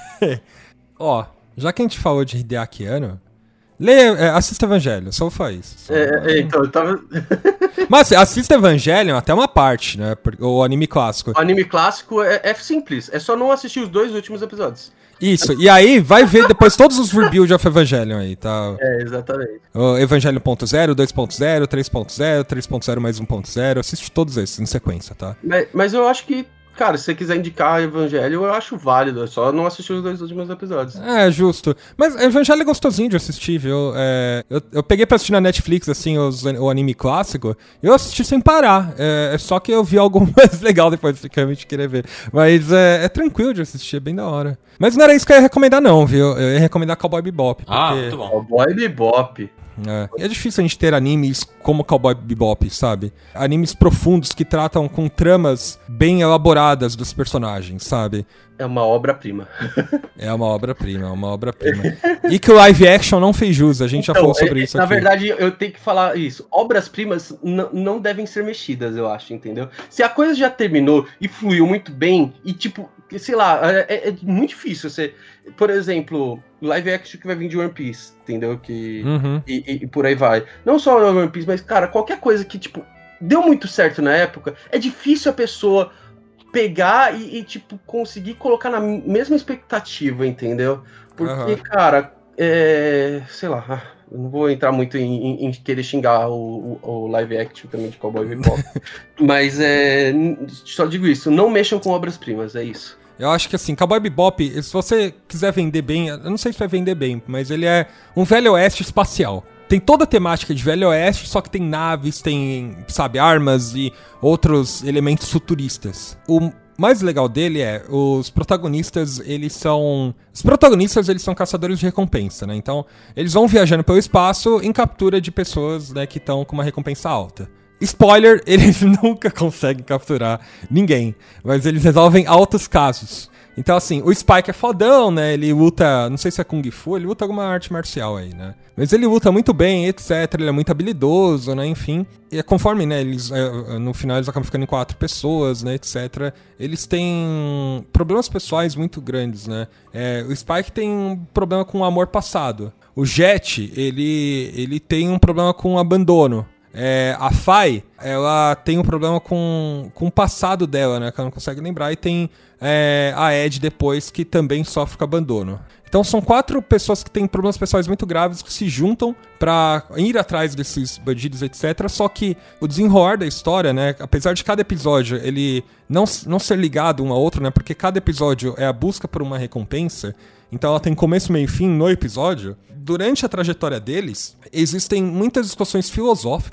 Ó, já que a gente falou de Hideaki Anno, leia, é, assista Evangelho, só faz isso. Só... É, é, então, eu tava... Mas assista Evangelho até uma parte, né? O anime clássico. O anime clássico é, é simples, é só não assistir os dois últimos episódios. Isso, e aí vai ver depois todos os rebuilds of Evangelion aí, tá? É, exatamente. O Evangelion um ponto zero, dois ponto zero, três ponto zero, três ponto zero mais um ponto zero, assiste todos esses em sequência, tá? Mas, mas eu acho que, cara, se você quiser indicar Evangelho, eu acho válido, é só não assistir os dois últimos episódios. É, justo. Mas Evangelho é gostosinho de assistir, viu? É, eu, eu peguei pra assistir na Netflix, assim, os, o anime clássico, e eu assisti sem parar. É, é só que eu vi algo mais legal depois de realmente querer ver. Mas é, é tranquilo de assistir, é bem da hora. Mas não era isso que eu ia recomendar, não, viu? Eu ia recomendar Cowboy Bebop. Porque... Ah, muito bom. Cowboy Bebop. É. é difícil a gente ter animes como Cowboy Bebop, sabe? Animes profundos que tratam com tramas bem elaboradas dos personagens, sabe? É uma obra-prima. É uma obra-prima, é uma obra-prima. E que o live action não fez jus, a gente então, já falou sobre é, isso na aqui. Na verdade, eu tenho que falar isso. Obras-primas n- não devem ser mexidas, eu acho, entendeu? Se a coisa já terminou e fluiu muito bem, e tipo, sei lá, é, é muito difícil você... Por exemplo, live action que vai vir de One Piece, entendeu? Que, uhum. e, e, e por aí vai. Não só One Piece, mas, cara, qualquer coisa que, tipo, deu muito certo na época, é difícil a pessoa pegar e, e tipo, conseguir colocar na mesma expectativa, entendeu? Porque, uhum. cara, é... sei lá, eu não vou entrar muito em, em, em querer xingar o, o, o live action também de Cowboy Bebop. Mas, é... só digo isso, não mexam com obras-primas, é isso. Eu acho que assim, Cowboy Bebop, se você quiser vender bem, eu não sei se vai vender bem, mas ele é um velho oeste espacial. Tem toda a temática de velho oeste, só que tem naves, tem, sabe, armas e outros elementos futuristas. O mais legal dele é, os protagonistas, eles são... Os protagonistas, eles são caçadores de recompensa, né? Então, eles vão viajando pelo espaço em captura de pessoas, né, que estão com uma recompensa alta. Spoiler, eles nunca conseguem capturar ninguém, mas eles resolvem altos casos. Então, assim, o Spike é fodão, né? Ele luta, não sei se é Kung Fu, ele luta alguma arte marcial aí, né? Mas ele luta muito bem, etcétera. Ele é muito habilidoso, né? Enfim. E conforme, né, eles, no final eles acabam ficando em quatro pessoas, né, etcétera. Eles têm problemas pessoais muito grandes, né? É, o Spike tem um problema com o amor passado. O Jet, ele, ele tem um problema com o abandono. É, a Fai, ela tem um problema com, com o passado dela, né? Que ela não consegue lembrar. E tem é, a Ed depois, que também sofre com abandono. Então são quatro pessoas que têm problemas pessoais muito graves que se juntam pra ir atrás desses bandidos, etcétera. Só que o desenrolar da história, né? Apesar de cada episódio ele não, não ser ligado um ao outro, né? Porque cada episódio é a busca por uma recompensa. Então ela tem começo, meio e fim no episódio. Durante a trajetória deles, existem muitas discussões filosóficas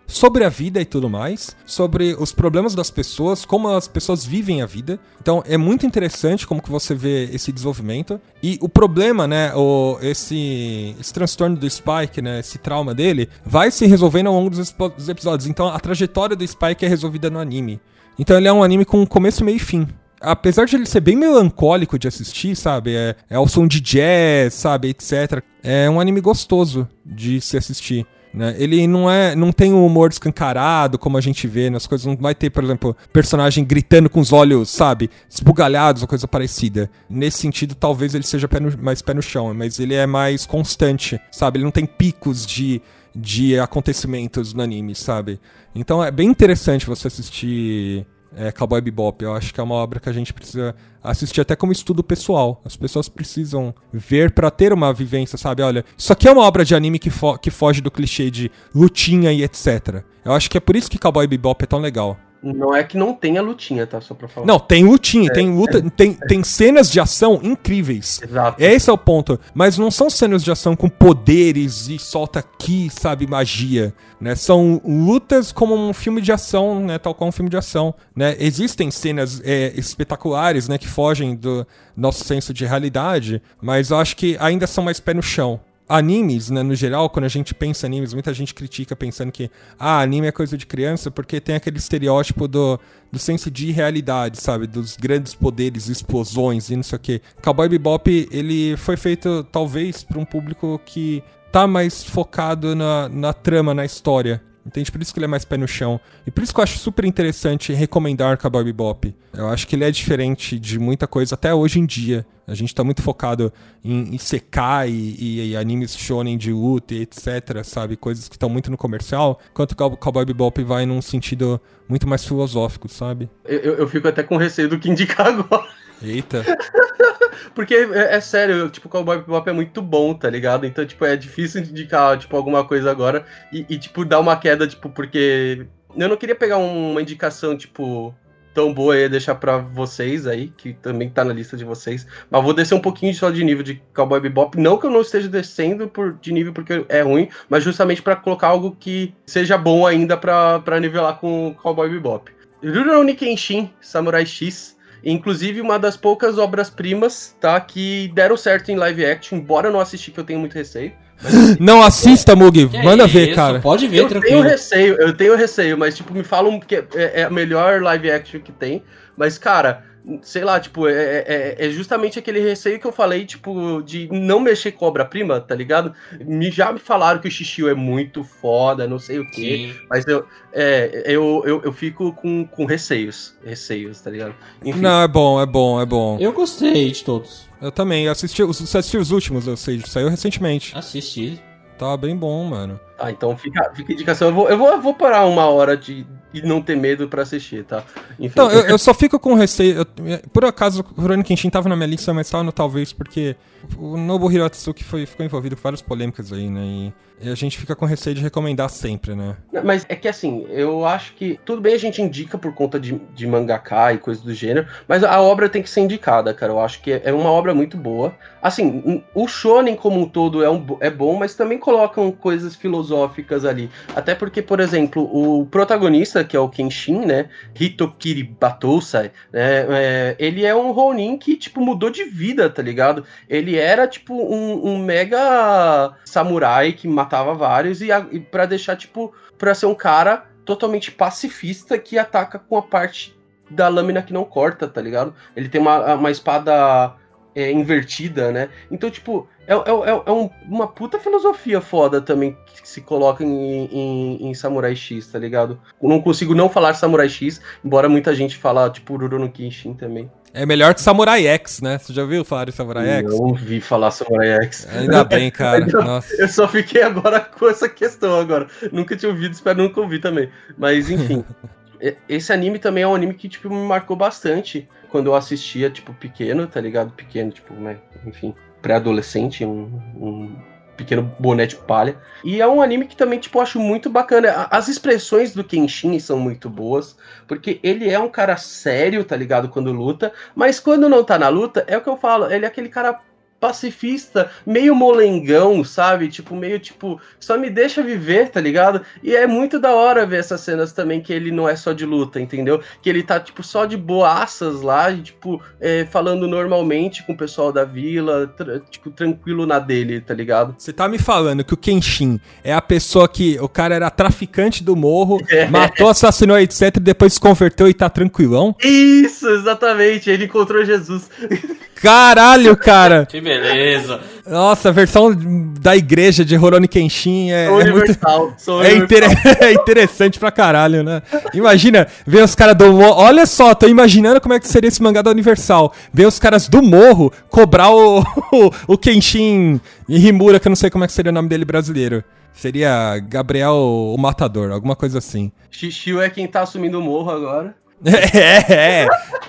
sobre a vida e tudo mais, sobre os problemas das pessoas, como as pessoas vivem a vida. Então é muito interessante como que você vê esse desenvolvimento. E o problema, né, o, esse, esse transtorno do Spike, né, esse trauma dele, vai se resolvendo ao longo dos, dos episódios. Então a trajetória do Spike é resolvida no anime. Então ele é um anime com começo, meio e fim. Apesar de ele ser bem melancólico de assistir, sabe? É, é o som de jazz, sabe? Etc. É um anime gostoso de se assistir. Né? Ele não é, não tem um humor escancarado, como a gente vê nas coisas. Não vai ter, por exemplo, personagem gritando com os olhos, sabe? Esbugalhados ou coisa parecida. Nesse sentido, talvez ele seja pé no, mais pé no chão, mas ele é mais constante, sabe? Ele não tem picos de, de acontecimentos no anime, sabe? Então é bem interessante você assistir... É, Cowboy Bebop. Eu acho que é uma obra que a gente precisa assistir até como estudo pessoal. As pessoas precisam ver pra ter uma vivência, sabe? Olha, isso aqui é uma obra de anime que, fo- que foge do clichê de lutinha e etcétera. Eu acho que é por isso que Cowboy Bebop é tão legal. Não é que não tenha lutinha, tá? Só pra falar. Não, tem lutinha, É, tem luta, é. tem, tem cenas de ação incríveis. Exato. Esse é o ponto. Mas não são cenas de ação com poderes e solta aqui, sabe, magia, né? São lutas como um filme de ação, né? Tal qual um filme de ação, né? Existem cenas é, espetaculares, né? Que fogem do nosso senso de realidade, mas eu acho que ainda são mais pé no chão. Animes, né, no geral, quando a gente pensa em animes, muita gente critica pensando que ah, anime é coisa de criança porque tem aquele estereótipo do, do senso de realidade, sabe? Dos grandes poderes, explosões e não sei o quê. Cowboy Bebop, ele foi feito talvez para um público que tá mais focado na, na trama, na história. Entende? Por isso que ele é mais pé no chão. E por isso que eu acho super interessante recomendar Cowboy Bebop. Eu acho que ele é diferente de muita coisa, até hoje em dia. A gente tá muito focado em Isekai e, e, e animes shonen de luta e etcétera, sabe? Coisas que estão muito no comercial, enquanto o Cowboy Bebop vai num sentido muito mais filosófico, sabe? Eu, eu, eu fico até com receio do que indicar agora. Eita. Porque, é, é sério, tipo, o Cowboy Bebop é muito bom, tá ligado? Então, tipo, é difícil indicar, tipo, alguma coisa agora e, e, tipo, dar uma queda, tipo, porque... Eu não queria pegar uma indicação, tipo, tão boa e deixar pra vocês aí, que também tá na lista de vocês, mas vou descer um pouquinho só de nível de Cowboy Bebop. Não que eu não esteja descendo por, de nível porque é ruim, mas justamente pra colocar algo que seja bom ainda pra, pra nivelar com Cowboy Bebop. Rurouni Kenshin, Samurai X... Inclusive, uma das poucas obras-primas, tá? Que deram certo em live action, embora eu não assisti, que eu tenho muito receio. Mas... Não assista, Mugi. Que Manda é ver, isso, cara. Pode ver, eu tranquilo. tenho receio, eu tenho receio, mas, tipo, me falam que é, é a melhor live action que tem. Mas, cara, sei lá, tipo, é, é, é justamente aquele receio que eu falei, tipo, de não mexer com obra-prima, tá ligado? Me, já me falaram que o Shishio é muito foda, não sei o quê. Sim. Mas eu, é, eu, eu, eu fico com, com receios, receios, tá ligado? Enfim. Não, é bom, é bom, é bom. Eu gostei de todos. Eu também. Eu assisti, você assistiu os últimos, eu sei. Saiu recentemente. Assisti. Tá bem bom, mano. Ah, então fica, fica a indicação. Eu vou, eu, vou, eu vou parar uma hora de, de não ter medo pra assistir, tá? Enfim. Então, eu, eu só fico com receio. Eu, por acaso, o Rurouni Kenshin tava na minha lista, mas tava no talvez porque o Nobuhiro Atsuki foi, ficou envolvido com várias polêmicas aí, né? E, e a gente fica com receio de recomendar sempre, né? Mas é que assim, eu acho que tudo bem a gente indica por conta de, de mangaka e coisas do gênero, mas a obra tem que ser indicada, cara. Eu acho que é uma obra muito boa. Assim, o shonen como um todo é, um, é bom, mas também colocam coisas filosóficas ali. Até porque, por exemplo, o protagonista, que é o Kenshin, né? Hitokiri Batousai, né? É, ele é um Ronin que, tipo, mudou de vida, tá ligado? Ele era, tipo, um, um mega samurai que matava vários e, a, e pra deixar, tipo, pra ser um cara totalmente pacifista que ataca com a parte da lâmina que não corta, tá ligado? Ele tem uma, uma espada é, invertida, né? Então, tipo, é, é, é um, uma puta filosofia foda também que se coloca em, em, em Samurai X, tá ligado? Eu não consigo não falar Samurai X, embora muita gente fala, tipo, Rurouni Kenshin também. É melhor que Samurai X, né? Você já ouviu falar de Samurai X? Eu ouvi falar Samurai X. Ainda bem, cara. eu, Nossa. eu só fiquei agora com essa questão agora. Nunca tinha ouvido, espero nunca ouvir também. Mas, enfim. Esse anime também é um anime que, tipo, me marcou bastante quando eu assistia, tipo, pequeno, tá ligado? Pequeno, tipo, né? Enfim, pré-adolescente, um, um pequeno boné de palha. E é um anime que também, tipo, eu acho muito bacana. As expressões do Kenshin são muito boas, porque ele é um cara sério, tá ligado? Quando luta, mas quando não tá na luta, é o que eu falo, ele é aquele cara pacifista, meio molengão, sabe? Tipo, meio tipo, só me deixa viver, tá ligado? E é muito da hora ver essas cenas também que ele não é só de luta, entendeu? Que ele tá, tipo, só de boaças lá, e, tipo, é, falando normalmente com o pessoal da vila, tra- tipo, tranquilo na dele, tá ligado? Você tá me falando que o Kenshin é a pessoa que o cara era traficante do morro, matou, assassinou, etcétera, e depois se converteu e tá tranquilão? Isso, exatamente, ele encontrou Jesus. Caralho, cara! Que beleza. Nossa, a versão da igreja de Rurouni Kenshin é, Sou é muito... universal, sou É, universal. inter- é interessante pra caralho, né? Imagina, ver os caras do morro. Olha só, tô imaginando como é que seria esse mangá da Universal. Ver os caras do morro cobrar o, o, o Kenshin Himura, que eu não sei como é que seria o nome dele brasileiro. Seria Gabriel o Matador, alguma coisa assim. Xixiu é quem tá assumindo o morro agora. É, é,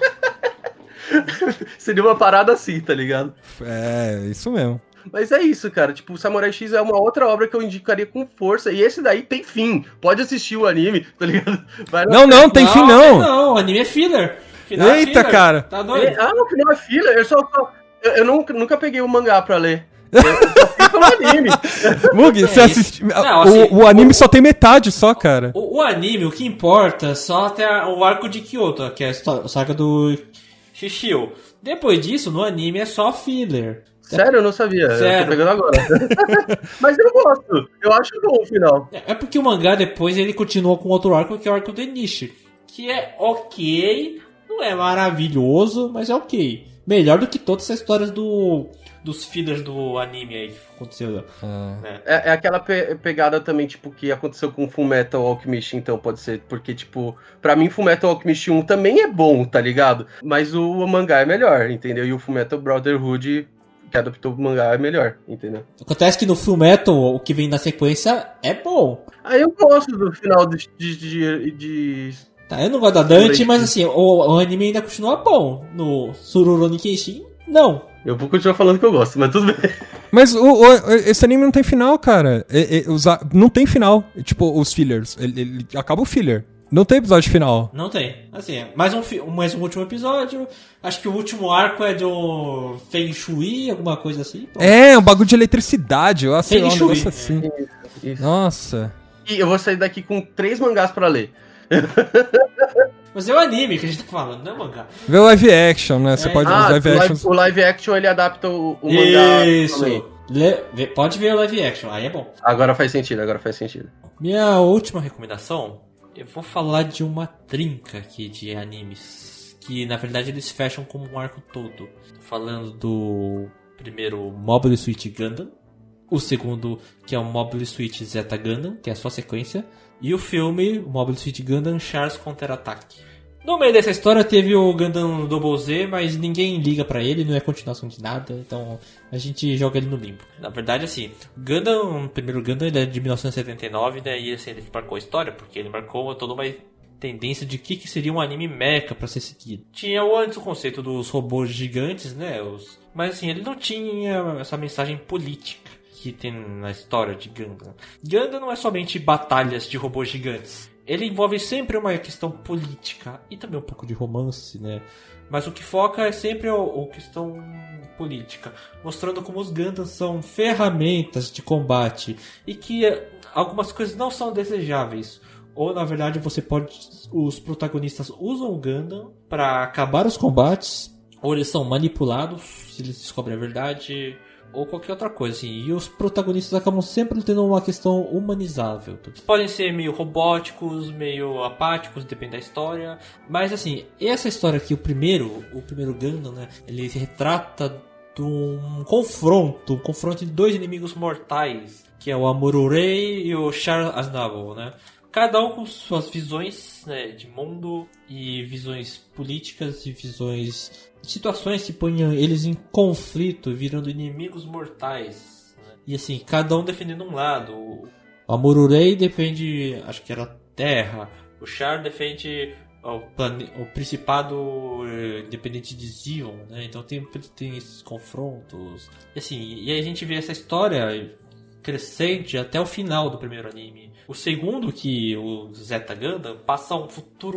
Seria uma parada assim, tá ligado? é, isso mesmo. Mas é isso, cara. Tipo, Samurai X é uma outra obra que eu indicaria com força. E esse daí tem fim. Pode assistir o anime, tá ligado? Vai Não, não, tem fim não. Não, o anime é filler. Final é Eita, filler. cara. Tá doido? É, ah, no final é fila. Eu só. só- eu, eu nunca, nunca peguei o mangá pra ler. Eu, eu só fiz pelo anime. Mug, você É, assistiu. não, assim, o, o anime o- só tem metade só, cara. O, o anime, o que importa, é só até a- o arco de Kyoto, que é a histó- a saga do Shishio. Depois disso, no anime é só filler. Sério, eu não sabia. Eu Sério. tô pegando agora. Mas eu gosto. Eu acho bom o final. É é porque o mangá depois ele continua com outro arco, que é o arco do Enishi. Que é ok, não é maravilhoso, mas é ok. Melhor do que todas as histórias do, dos fillers do anime aí que aconteceu. Né? É, é aquela pe- pegada também, tipo, que aconteceu com Full Metal Alchemist, então pode ser, porque, tipo, pra mim Full Metal Alchemist um também é bom, tá ligado? Mas o, o mangá é melhor, entendeu? E o Full Metal Brotherhood, que adaptou o mangá, é melhor, entendeu? Acontece que no Fullmetal, o que vem na sequência é bom. Aí eu gosto do final de... de, de, de... Tá, eu não gosto da Dante, mas assim, o, o anime ainda continua bom. No Tsururouni Kenshin, não. Eu vou continuar falando que eu gosto, mas tudo bem. Mas o, o- esse anime não tem final, cara. É- é- os a- não tem final. Tipo, os fillers. Ele, ele- acaba o filler. Não tem episódio final. Não tem. Assim, é mais um, fi- mais um último episódio. Acho que o último arco é do Feng Shui, alguma coisa assim. Pronto. É, um bagulho de eletricidade. Eu sei lá, um Feng Shui, negócio assim. Isso. Nossa. E eu vou sair daqui com três mangás pra ler. Mas é o anime que a gente tá falando, não é mangá. Vê o live action, né? Você É. pode ver Ah, os o live live, actions. o live action ele adapta o, o mangá Isso. também. Le- vê- pode ver o live action, aí é bom. Agora faz sentido, agora faz sentido. Minha última recomendação, eu vou falar de uma trinca aqui de animes. Que na verdade eles fecham como um arco todo. Falando do primeiro Mobile Suit Gundam. O segundo, que é o Mobile Suit Zeta Gundam, que é a sua sequência. E o filme Mobile Suit Gundam Char's Counter-Attack. No meio dessa história teve o Gundam Double Z, mas ninguém liga pra ele, não é continuação de nada, então a gente joga ele no limbo. Na verdade, assim, o Gundam, o primeiro Gundam, ele é de mil novecentos e setenta e nove, né, e assim, ele marcou a história, porque ele marcou toda uma tendência de que, que seria um anime mecha pra ser seguido. Tinha antes o conceito dos robôs gigantes, né, os... mas assim, ele não tinha essa mensagem política que tem na história de Gundam. Gundam não é somente batalhas de robôs gigantes. Ele envolve sempre uma questão política e também um pouco de romance, né? Mas o que foca é sempre a, a questão política, mostrando como os Gundams são ferramentas de combate e que eh, algumas coisas não são desejáveis. Ou na verdade você pode, os protagonistas usam o Gundam para acabar os combates, ou eles são manipulados se eles descobrem a verdade, ou qualquer outra coisa, assim. E os protagonistas acabam sempre tendo uma questão humanizável. Eles podem ser meio robóticos, meio apáticos, depende da história. Mas assim, essa história aqui, o primeiro, o primeiro Gundam, né? Ele retrata de um confronto, um confronto de dois inimigos mortais, que é o Amuro-Rei e o Char Aznavour, né? Cada um com suas visões, né, de mundo e visões políticas e visões... situações que ponham eles em conflito, virando inimigos mortais, né? E assim, cada um defendendo um lado. O Amuro-Rei defende, acho que era a Terra. O Char defende o, plane... o Principado eh, Independente de Zion, né? Então tem, tem esses confrontos. E assim, e aí a gente vê essa história crescente até o final do primeiro anime. O segundo, que o Zeta Gundam, passa um futuro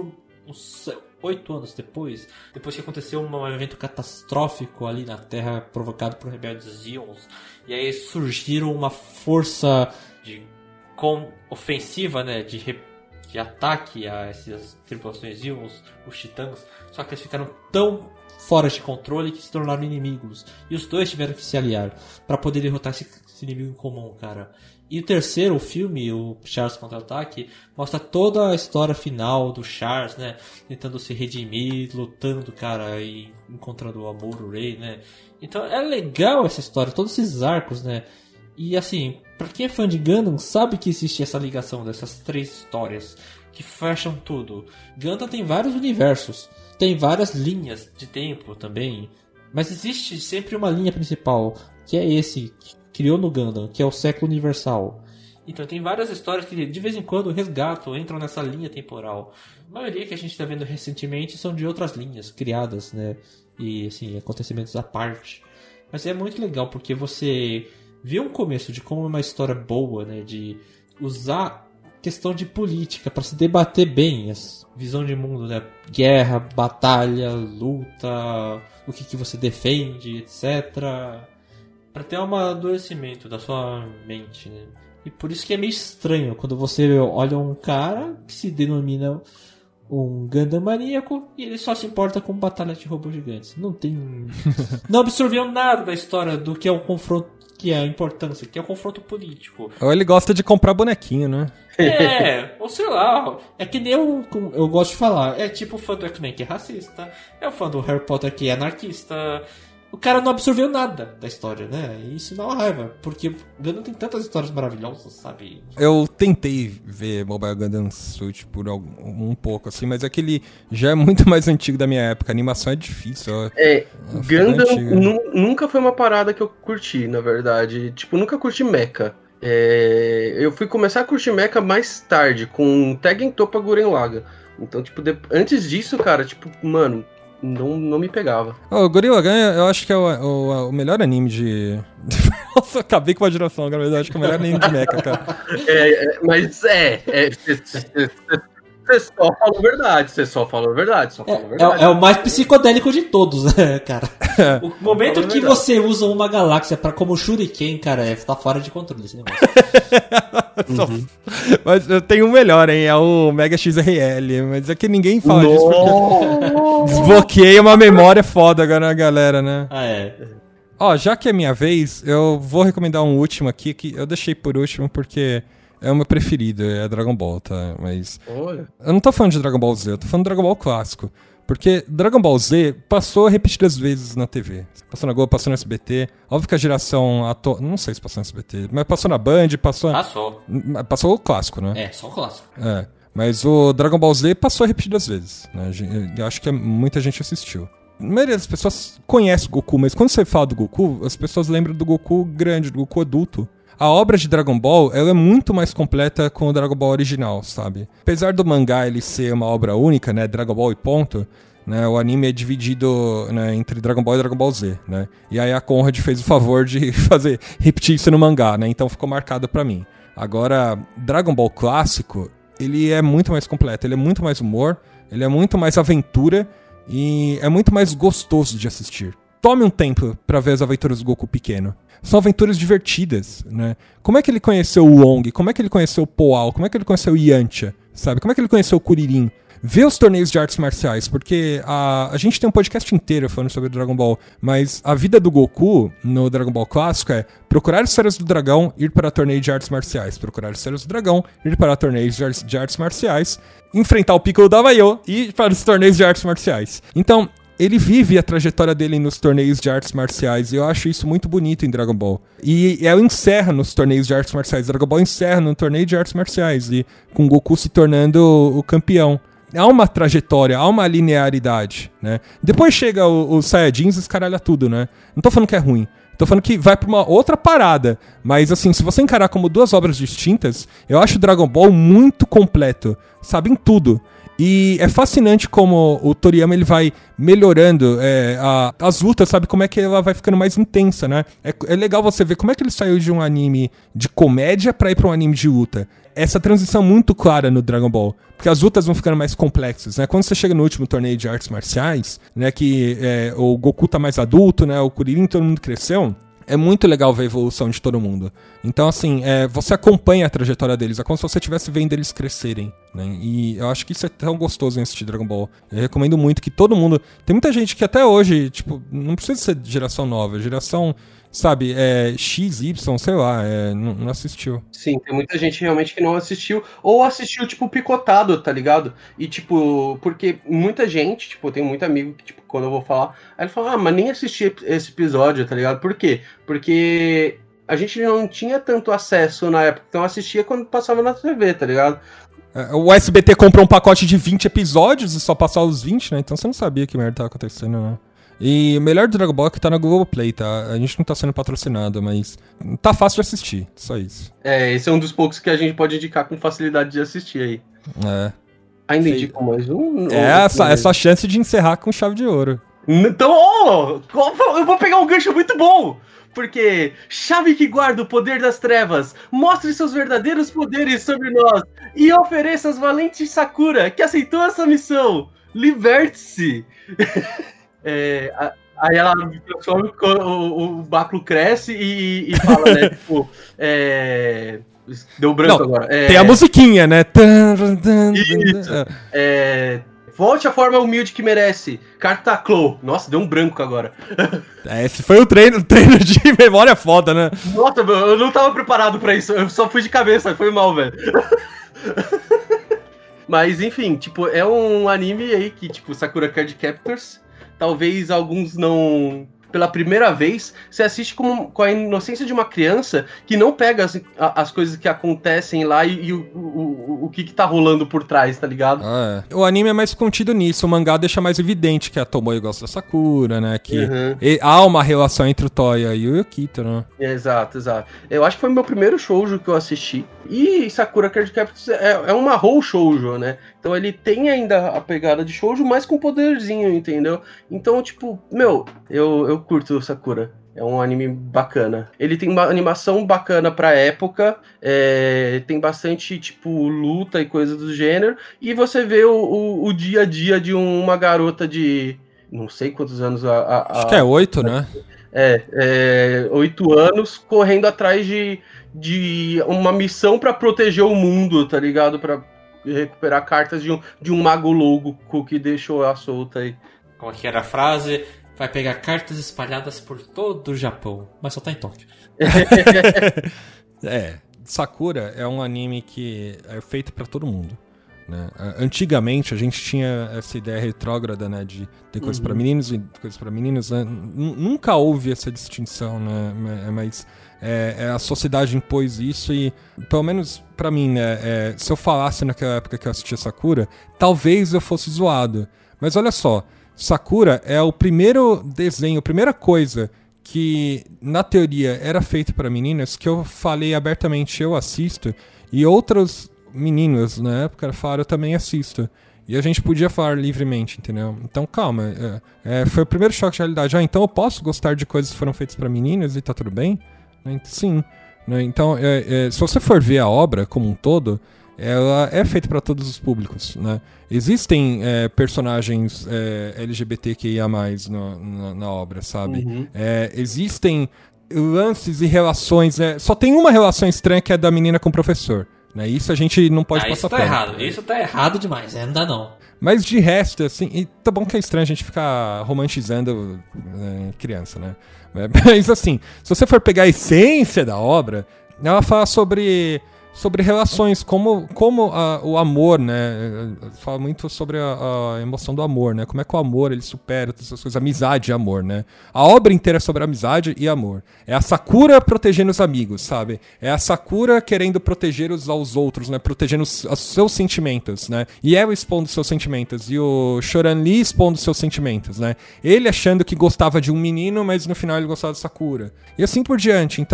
uns oito anos depois, depois que aconteceu um evento catastrófico ali na Terra provocado por rebeldes Zeons, e aí surgiram uma força de com, ofensiva, né, de, de ataque a essas tripulações Zeons, os Titãs, só que eles ficaram tão fora de controle que se tornaram inimigos, e os dois tiveram que se aliar para poder derrotar esse, esse inimigo em comum, cara. E o terceiro, o filme, o Charles Contra-Ataque, mostra toda a história final do Charles, né? Tentando se redimir, lutando, cara, e encontrando o amor, o Rey, né? Então é legal essa história, todos esses arcos, né? E assim, pra quem é fã de Gundam, sabe que existe essa ligação dessas três histórias que fecham tudo. Gundam tem vários universos, tem várias linhas de tempo também, mas existe sempre uma linha principal, que é esse criou no Gundam, que é o século universal. Então tem várias histórias que de vez em quando resgatam, entram nessa linha temporal. A maioria que a gente está vendo recentemente são de outras linhas criadas, né? E assim, acontecimentos à parte. Mas é muito legal porque você vê um começo de como é uma história boa, né? De usar questão de política para se debater bem, a visão de mundo, né? Guerra, batalha, luta, o que, que você defende, etcétera. Para ter um amadurecimento da sua mente, né? E por isso que é meio estranho quando você olha um cara que se denomina um Gundam maníaco e ele só se importa com batalha de robôs gigantes. Não tem... Não absorveu nada da história do que é o confronto, que é a importância, que é o confronto político. Ou ele gosta de comprar bonequinho, né? É, ou sei lá, é que nem eu, eu gosto de falar, é tipo o fã do X-Men que é racista, é o fã do Harry Potter que é anarquista. O cara não absorveu nada da história, né? E isso dá uma raiva, porque Gundam tem tantas histórias maravilhosas, sabe? Eu tentei ver Mobile Gundam Suit por algum, um pouco, assim, mas aquele já é muito mais antigo da minha época. A animação é difícil. É, Gundam nu- nunca foi uma parada que eu curti, na verdade. Tipo, nunca curti mecha. É, eu fui começar a curtir mecha mais tarde, com Tengen Toppa Gurren Lagann. Então, tipo, de... antes disso, cara, tipo, mano... Não, não me pegava. Oh, o Gurren Lagann, eu acho que é o, o, o melhor anime de... Nossa, acabei com a geração, cara, mas eu acho que é o melhor anime de mecha, cara. É, é, mas é... Você só falou verdade, você só falou verdade, só falou verdade. É, é o mais psicodélico de todos, né, cara? O momento que você usa uma galáxia pra, como shuriken, cara, é, tá fora de controle esse negócio. Uhum. Mas eu tenho um melhor, hein? É o Mega X R L. Mas é que ninguém fala Nossa. disso porque desbloqueei uma memória foda agora na galera, né? Ah, é. Ó, já que é minha vez, eu vou recomendar um último aqui, que eu deixei por último porque é o meu preferido, é Dragon Ball, tá? Mas Olha. Eu não tô falando de Dragon Ball Z, eu tô falando de Dragon Ball clássico. Porque Dragon Ball Z passou repetidas vezes na T V. Passou na Globo, passou no S B T. Óbvio que a geração atual... Não sei se passou no S B T, mas passou na Band, passou... Passou. Passou o clássico, né? É, só o clássico. É, mas o Dragon Ball Z passou repetidas vezes, né? Eu acho que muita gente assistiu. A maioria das pessoas conhece o Goku, mas quando você fala do Goku, as pessoas lembram do Goku grande, do Goku adulto. A obra de Dragon Ball, ela é muito mais completa com o Dragon Ball original, sabe? Apesar do mangá ele ser uma obra única, né, Dragon Ball e ponto, né, o anime é dividido, né, entre Dragon Ball e Dragon Ball Z, né? E aí a Conrad fez o favor de fazer, repetir isso no mangá, né? Então ficou marcado pra mim. Agora, Dragon Ball clássico, ele é muito mais completo, ele é muito mais humor, ele é muito mais aventura e é muito mais gostoso de assistir. Tome um tempo pra ver as aventuras do Goku pequeno. São aventuras divertidas, né? Como é que ele conheceu o Long? Como é que ele conheceu o Poal? Como é que ele conheceu o Yantia? Sabe? Como é que ele conheceu o Kuririn? Vê os torneios de artes marciais, porque a, a gente tem um podcast inteiro falando sobre o Dragon Ball, mas a vida do Goku no Dragon Ball clássico é procurar esferas do dragão, ir para torneio de artes marciais, procurar esferas do dragão, ir para torneios de artes, de artes marciais, enfrentar o Piccolo Davaio e ir para os torneios de artes marciais. Então, ele vive a trajetória dele nos torneios de artes marciais, e eu acho isso muito bonito em Dragon Ball. E ela encerra nos torneios de artes marciais. Dragon Ball encerra no torneio de artes marciais, e com o Goku se tornando o, o campeão. Há uma trajetória, há uma linearidade, né? Depois chega o, o Saiyajins e escaralha tudo, né? Não tô falando que é ruim. Tô falando que vai pra uma outra parada. Mas, assim, se você encarar como duas obras distintas, eu acho Dragon Ball muito completo, sabe? Em tudo. E é fascinante como o Toriyama ele vai melhorando é, a, as lutas, sabe? Como é que ela vai ficando mais intensa, né? É, é legal você ver como é que ele saiu de um anime de comédia pra ir pra um anime de luta. Essa transição muito clara no Dragon Ball. Porque as lutas vão ficando mais complexas, né? Quando você chega no último torneio de artes marciais, né? Que é, o Goku tá mais adulto, né? O Kuririn, todo mundo cresceu. É muito legal ver a evolução de todo mundo. Então, assim, é, você acompanha a trajetória deles. É como se você estivesse vendo eles crescerem, né? E eu acho que isso é tão gostoso em assistir Dragon Ball. Eu recomendo muito que todo mundo... Tem muita gente que até hoje, tipo, não precisa ser de geração nova. Geração, sabe, é, X, Y, sei lá, é, não, não assistiu. Sim, tem muita gente realmente que não assistiu. Ou assistiu, tipo, picotado, tá ligado? E, tipo, porque muita gente, tipo, tem muito amigo que, tipo, quando eu vou falar, aí ele fala, ah, mas nem assisti esse episódio, tá ligado? Por quê? Porque a gente não tinha tanto acesso na época, então assistia quando passava na T V, tá ligado? O S B T comprou um pacote de vinte episódios e só passava os vinte, né? Então você não sabia que merda tava acontecendo, né? E o melhor do Dragon Ball é que tá na Google Play, tá? A gente não tá sendo patrocinado, mas tá fácil de assistir, só isso. É, esse é um dos poucos que a gente pode indicar com facilidade de assistir aí. É. Ainda indico mais um? É essa, essa chance de encerrar com chave de ouro. Então, oh, eu vou pegar um gancho muito bom! Porque chave que guarda o poder das trevas, mostre seus verdadeiros poderes sobre nós e ofereça as valentes Sakura, que aceitou essa missão. Liberte-se! é, a, aí ela transforma, o, o báculo cresce e, e fala, né, tipo, é... Deu branco. Não, agora. É... Tem a musiquinha, né? Isso. É... Volte à forma humilde que merece. Cartaclo. Nossa, deu um branco agora. É, esse foi o treino, treino de memória foda, né? Nossa, eu não tava preparado pra isso. Eu só fui de cabeça, foi mal, velho. Mas, enfim, tipo, é um anime aí que, tipo, Sakura Card Captors. Talvez alguns não... Pela primeira vez, você assiste com, com a inocência de uma criança que não pega as, as coisas que acontecem lá e, e o, o, o que, que tá rolando por trás, tá ligado? Ah, é. O anime é mais contido nisso, o mangá deixa mais evidente que a Tomoe gosta da Sakura, né? Que uhum. e, há uma relação entre o Toya e o Yukito, né? É, exato, exato. Eu acho que foi o meu primeiro shoujo que eu assisti. E Sakura Card Captors é, é uma whole shoujo, né? Então ele tem ainda a pegada de shoujo, mas com poderzinho, entendeu? Então, tipo, meu, eu, eu curto Sakura. É um anime bacana. Ele tem uma animação bacana pra época, é, tem bastante, tipo, luta e coisas do gênero, e você vê o, o, o dia a dia de uma garota de não sei quantos anos... A, a, a, Acho que é oito, né? É, é, oito anos correndo atrás de, de uma missão pra proteger o mundo, tá ligado? Pra recuperar cartas de um, de um mago louco que deixou ela solta aí. Como que era a frase? Vai pegar cartas espalhadas por todo o Japão, mas só tá em Tóquio. É, Sakura é um anime que é feito pra todo mundo, né? Antigamente a gente tinha essa ideia retrógrada, né, de ter coisas uhum. pra meninos e coisas pra meninas, né? Nunca houve essa distinção, né? Mas é, a sociedade impôs isso e, pelo menos pra mim, né, é, se eu falasse naquela época que eu assistia Sakura, talvez eu fosse zoado. Mas olha só, Sakura é o primeiro desenho, a primeira coisa que, na teoria, era feito para meninas, que eu falei abertamente, eu assisto, e outros meninos na época falaram, eu também assisto. E a gente podia falar livremente, entendeu? Então, calma, é, é, foi o primeiro choque de realidade. Ah, então eu posso gostar de coisas que foram feitas para meninas e tá tudo bem? Sim. Então, é, é, se você for ver a obra como um todo, ela é feita para todos os públicos, né? Existem é, personagens é, L G B T Q I A mais, no, na, na obra, sabe? Uhum. É, existem lances e relações... É, só tem uma relação estranha que é da menina com o professor, né? Isso a gente não pode ah, passar isso tá pano. errado. Isso tá errado demais, é, não dá não. Mas de resto, assim... E tá bom que é estranho a gente ficar romantizando é, criança, né? Mas assim, se você for pegar a essência da obra, ela fala sobre... sobre relações, como, como a, o amor, né? Fala muito sobre a, a emoção do amor, né? Como é que o amor, ele supera todas essas coisas, amizade e amor, né? A obra inteira é sobre amizade e amor. É a Sakura protegendo os amigos, sabe? É a Sakura querendo proteger os aos outros, né? Protegendo os, os seus sentimentos, né? E ela expondo seus sentimentos. E o Choran-Lee expondo seus sentimentos, né? Ele achando que gostava de um menino, mas no final ele gostava de Sakura. E assim por diante. Então,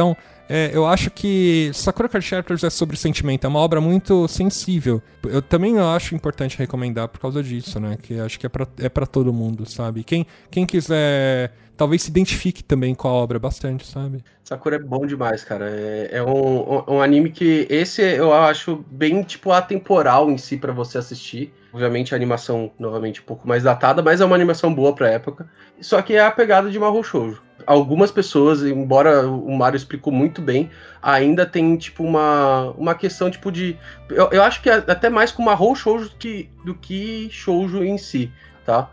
é, eu acho que Sakura Card Captors é sobre sentimento, é uma obra muito sensível. Eu também acho importante recomendar por causa disso, né? Que acho que é pra, é pra todo mundo, sabe? Quem, quem quiser, talvez se identifique também com a obra bastante, sabe? Sakura é bom demais, cara. É, é um, um, um anime que esse eu acho bem, tipo, atemporal em si pra você assistir. Obviamente a animação, novamente, um pouco mais datada, mas é uma animação boa pra época. Só que é a pegada de Mahou Shoujo. Algumas pessoas, embora o Mario explicou muito bem, ainda tem, tipo, uma, uma questão, tipo, de... Eu, eu acho que é até mais com Mahou Shoujo que, do que Shoujo em si, tá?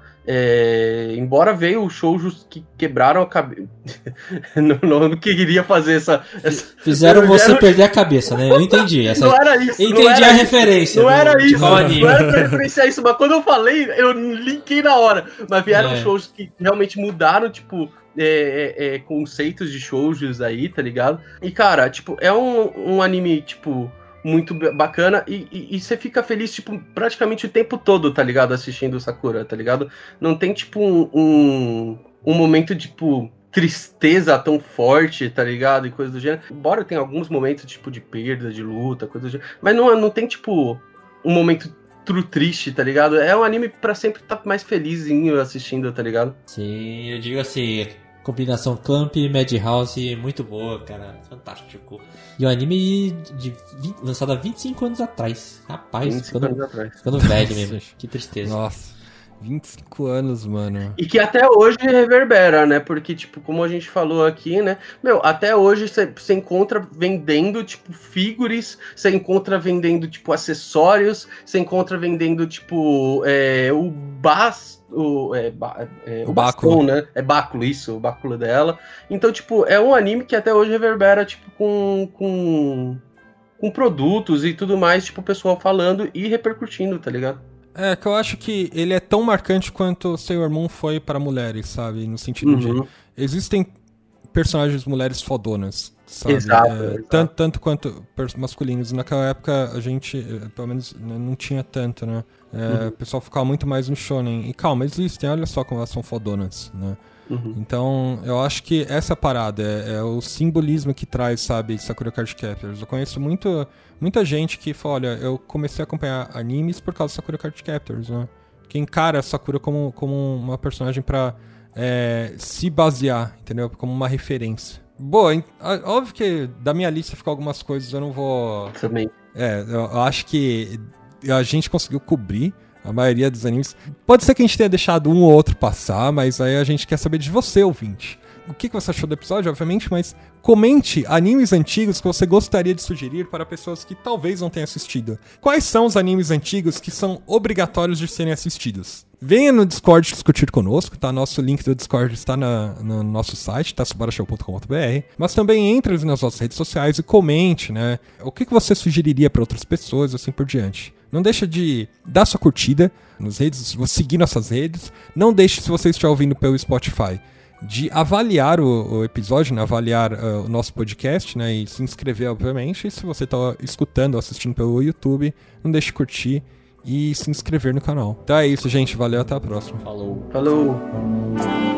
É, embora veio os shoujos que quebraram a cabeça. não, não, não queria fazer essa. essa... Fizeram você perder a cabeça, né? Eu entendi. Essa... Não era isso. Entendi não era a isso, referência. Não do... era isso. Não, não era pra referenciar isso, mas quando eu falei, eu linkei na hora. Mas vieram é. shoujos que realmente mudaram, tipo. É, é, é, conceitos de shoujos aí, tá ligado? E, cara, tipo, é um, um anime, tipo. Muito bacana, e, e, e você fica feliz, tipo, praticamente o tempo todo, tá ligado? Assistindo o Sakura, tá ligado? Não tem, tipo, um, um, um momento, tipo, tristeza tão forte, tá ligado? E coisa do gênero. Embora tenha alguns momentos, tipo, de perda, de luta, coisa do gênero. Mas não, não tem, tipo, um momento true triste, tá ligado? É um anime pra sempre estar tá mais felizinho assistindo, tá ligado? Sim, eu digo assim... Combinação Clamp e Madhouse muito boa, cara. Fantástico. E o anime de vinte, lançado há vinte e cinco anos atrás. Rapaz, vinte e cinco ficando, anos atrás. ficando velho mesmo. Que tristeza. Nossa, vinte e cinco anos, mano. E que até hoje reverbera, né? Porque, tipo, como a gente falou aqui, né? Meu, até hoje você encontra vendendo, tipo, figures, você encontra vendendo, tipo, acessórios, você encontra vendendo, tipo, é, o bas... O, é, é, o, o bastão, né? É báculo, isso, o báculo dela. Então, tipo, é um anime que até hoje reverbera, tipo, com, com, com produtos e tudo mais, tipo, o pessoal falando e repercutindo, tá ligado? É, que eu acho que ele é tão marcante quanto Sailor Moon foi para mulheres, sabe? No sentido uhum. de... Existem personagens mulheres fodonas, sabe? Exato, é, exato. Tanto, tanto quanto masculinos. Naquela época, a gente, pelo menos, não tinha tanto, né? É, uhum. O pessoal ficava muito mais no shonen. E calma, existem, olha só como elas são fodonas, né? Uhum. Então, eu acho que essa parada é, é o simbolismo que traz, sabe, Sakura Card Captors. Eu conheço muito, muita gente que fala, olha, eu comecei a acompanhar animes por causa de Sakura Card Captors, né? Que encara a Sakura como, como uma personagem pra é, se basear, entendeu? Como uma referência. Boa, óbvio que da minha lista ficam algumas coisas, eu não vou... Também. É, eu acho que a gente conseguiu cobrir a maioria dos animes. Pode ser que a gente tenha deixado um ou outro passar, mas aí a gente quer saber de você, ouvinte. O que você achou do episódio, obviamente, mas comente animes antigos que você gostaria de sugerir para pessoas que talvez não tenham assistido. Quais são os animes antigos que são obrigatórios de serem assistidos? Venha no Discord discutir conosco, tá? Nosso link do Discord está na, no nosso site, tá? subara show ponto com ponto b r. Mas também entre nas nossas redes sociais e comente, né? O que você sugeriria para outras pessoas, assim por diante. Não deixa de dar sua curtida nas redes, seguir nossas redes. Não deixe, se você estiver ouvindo pelo Spotify, de avaliar o, o episódio, né? Avaliar uh, o nosso podcast, né? E se inscrever, obviamente. E se você está escutando ou assistindo pelo YouTube, não deixe de curtir e se inscrever no canal. Então é isso, gente. Valeu, até a próxima. Falou. Falou.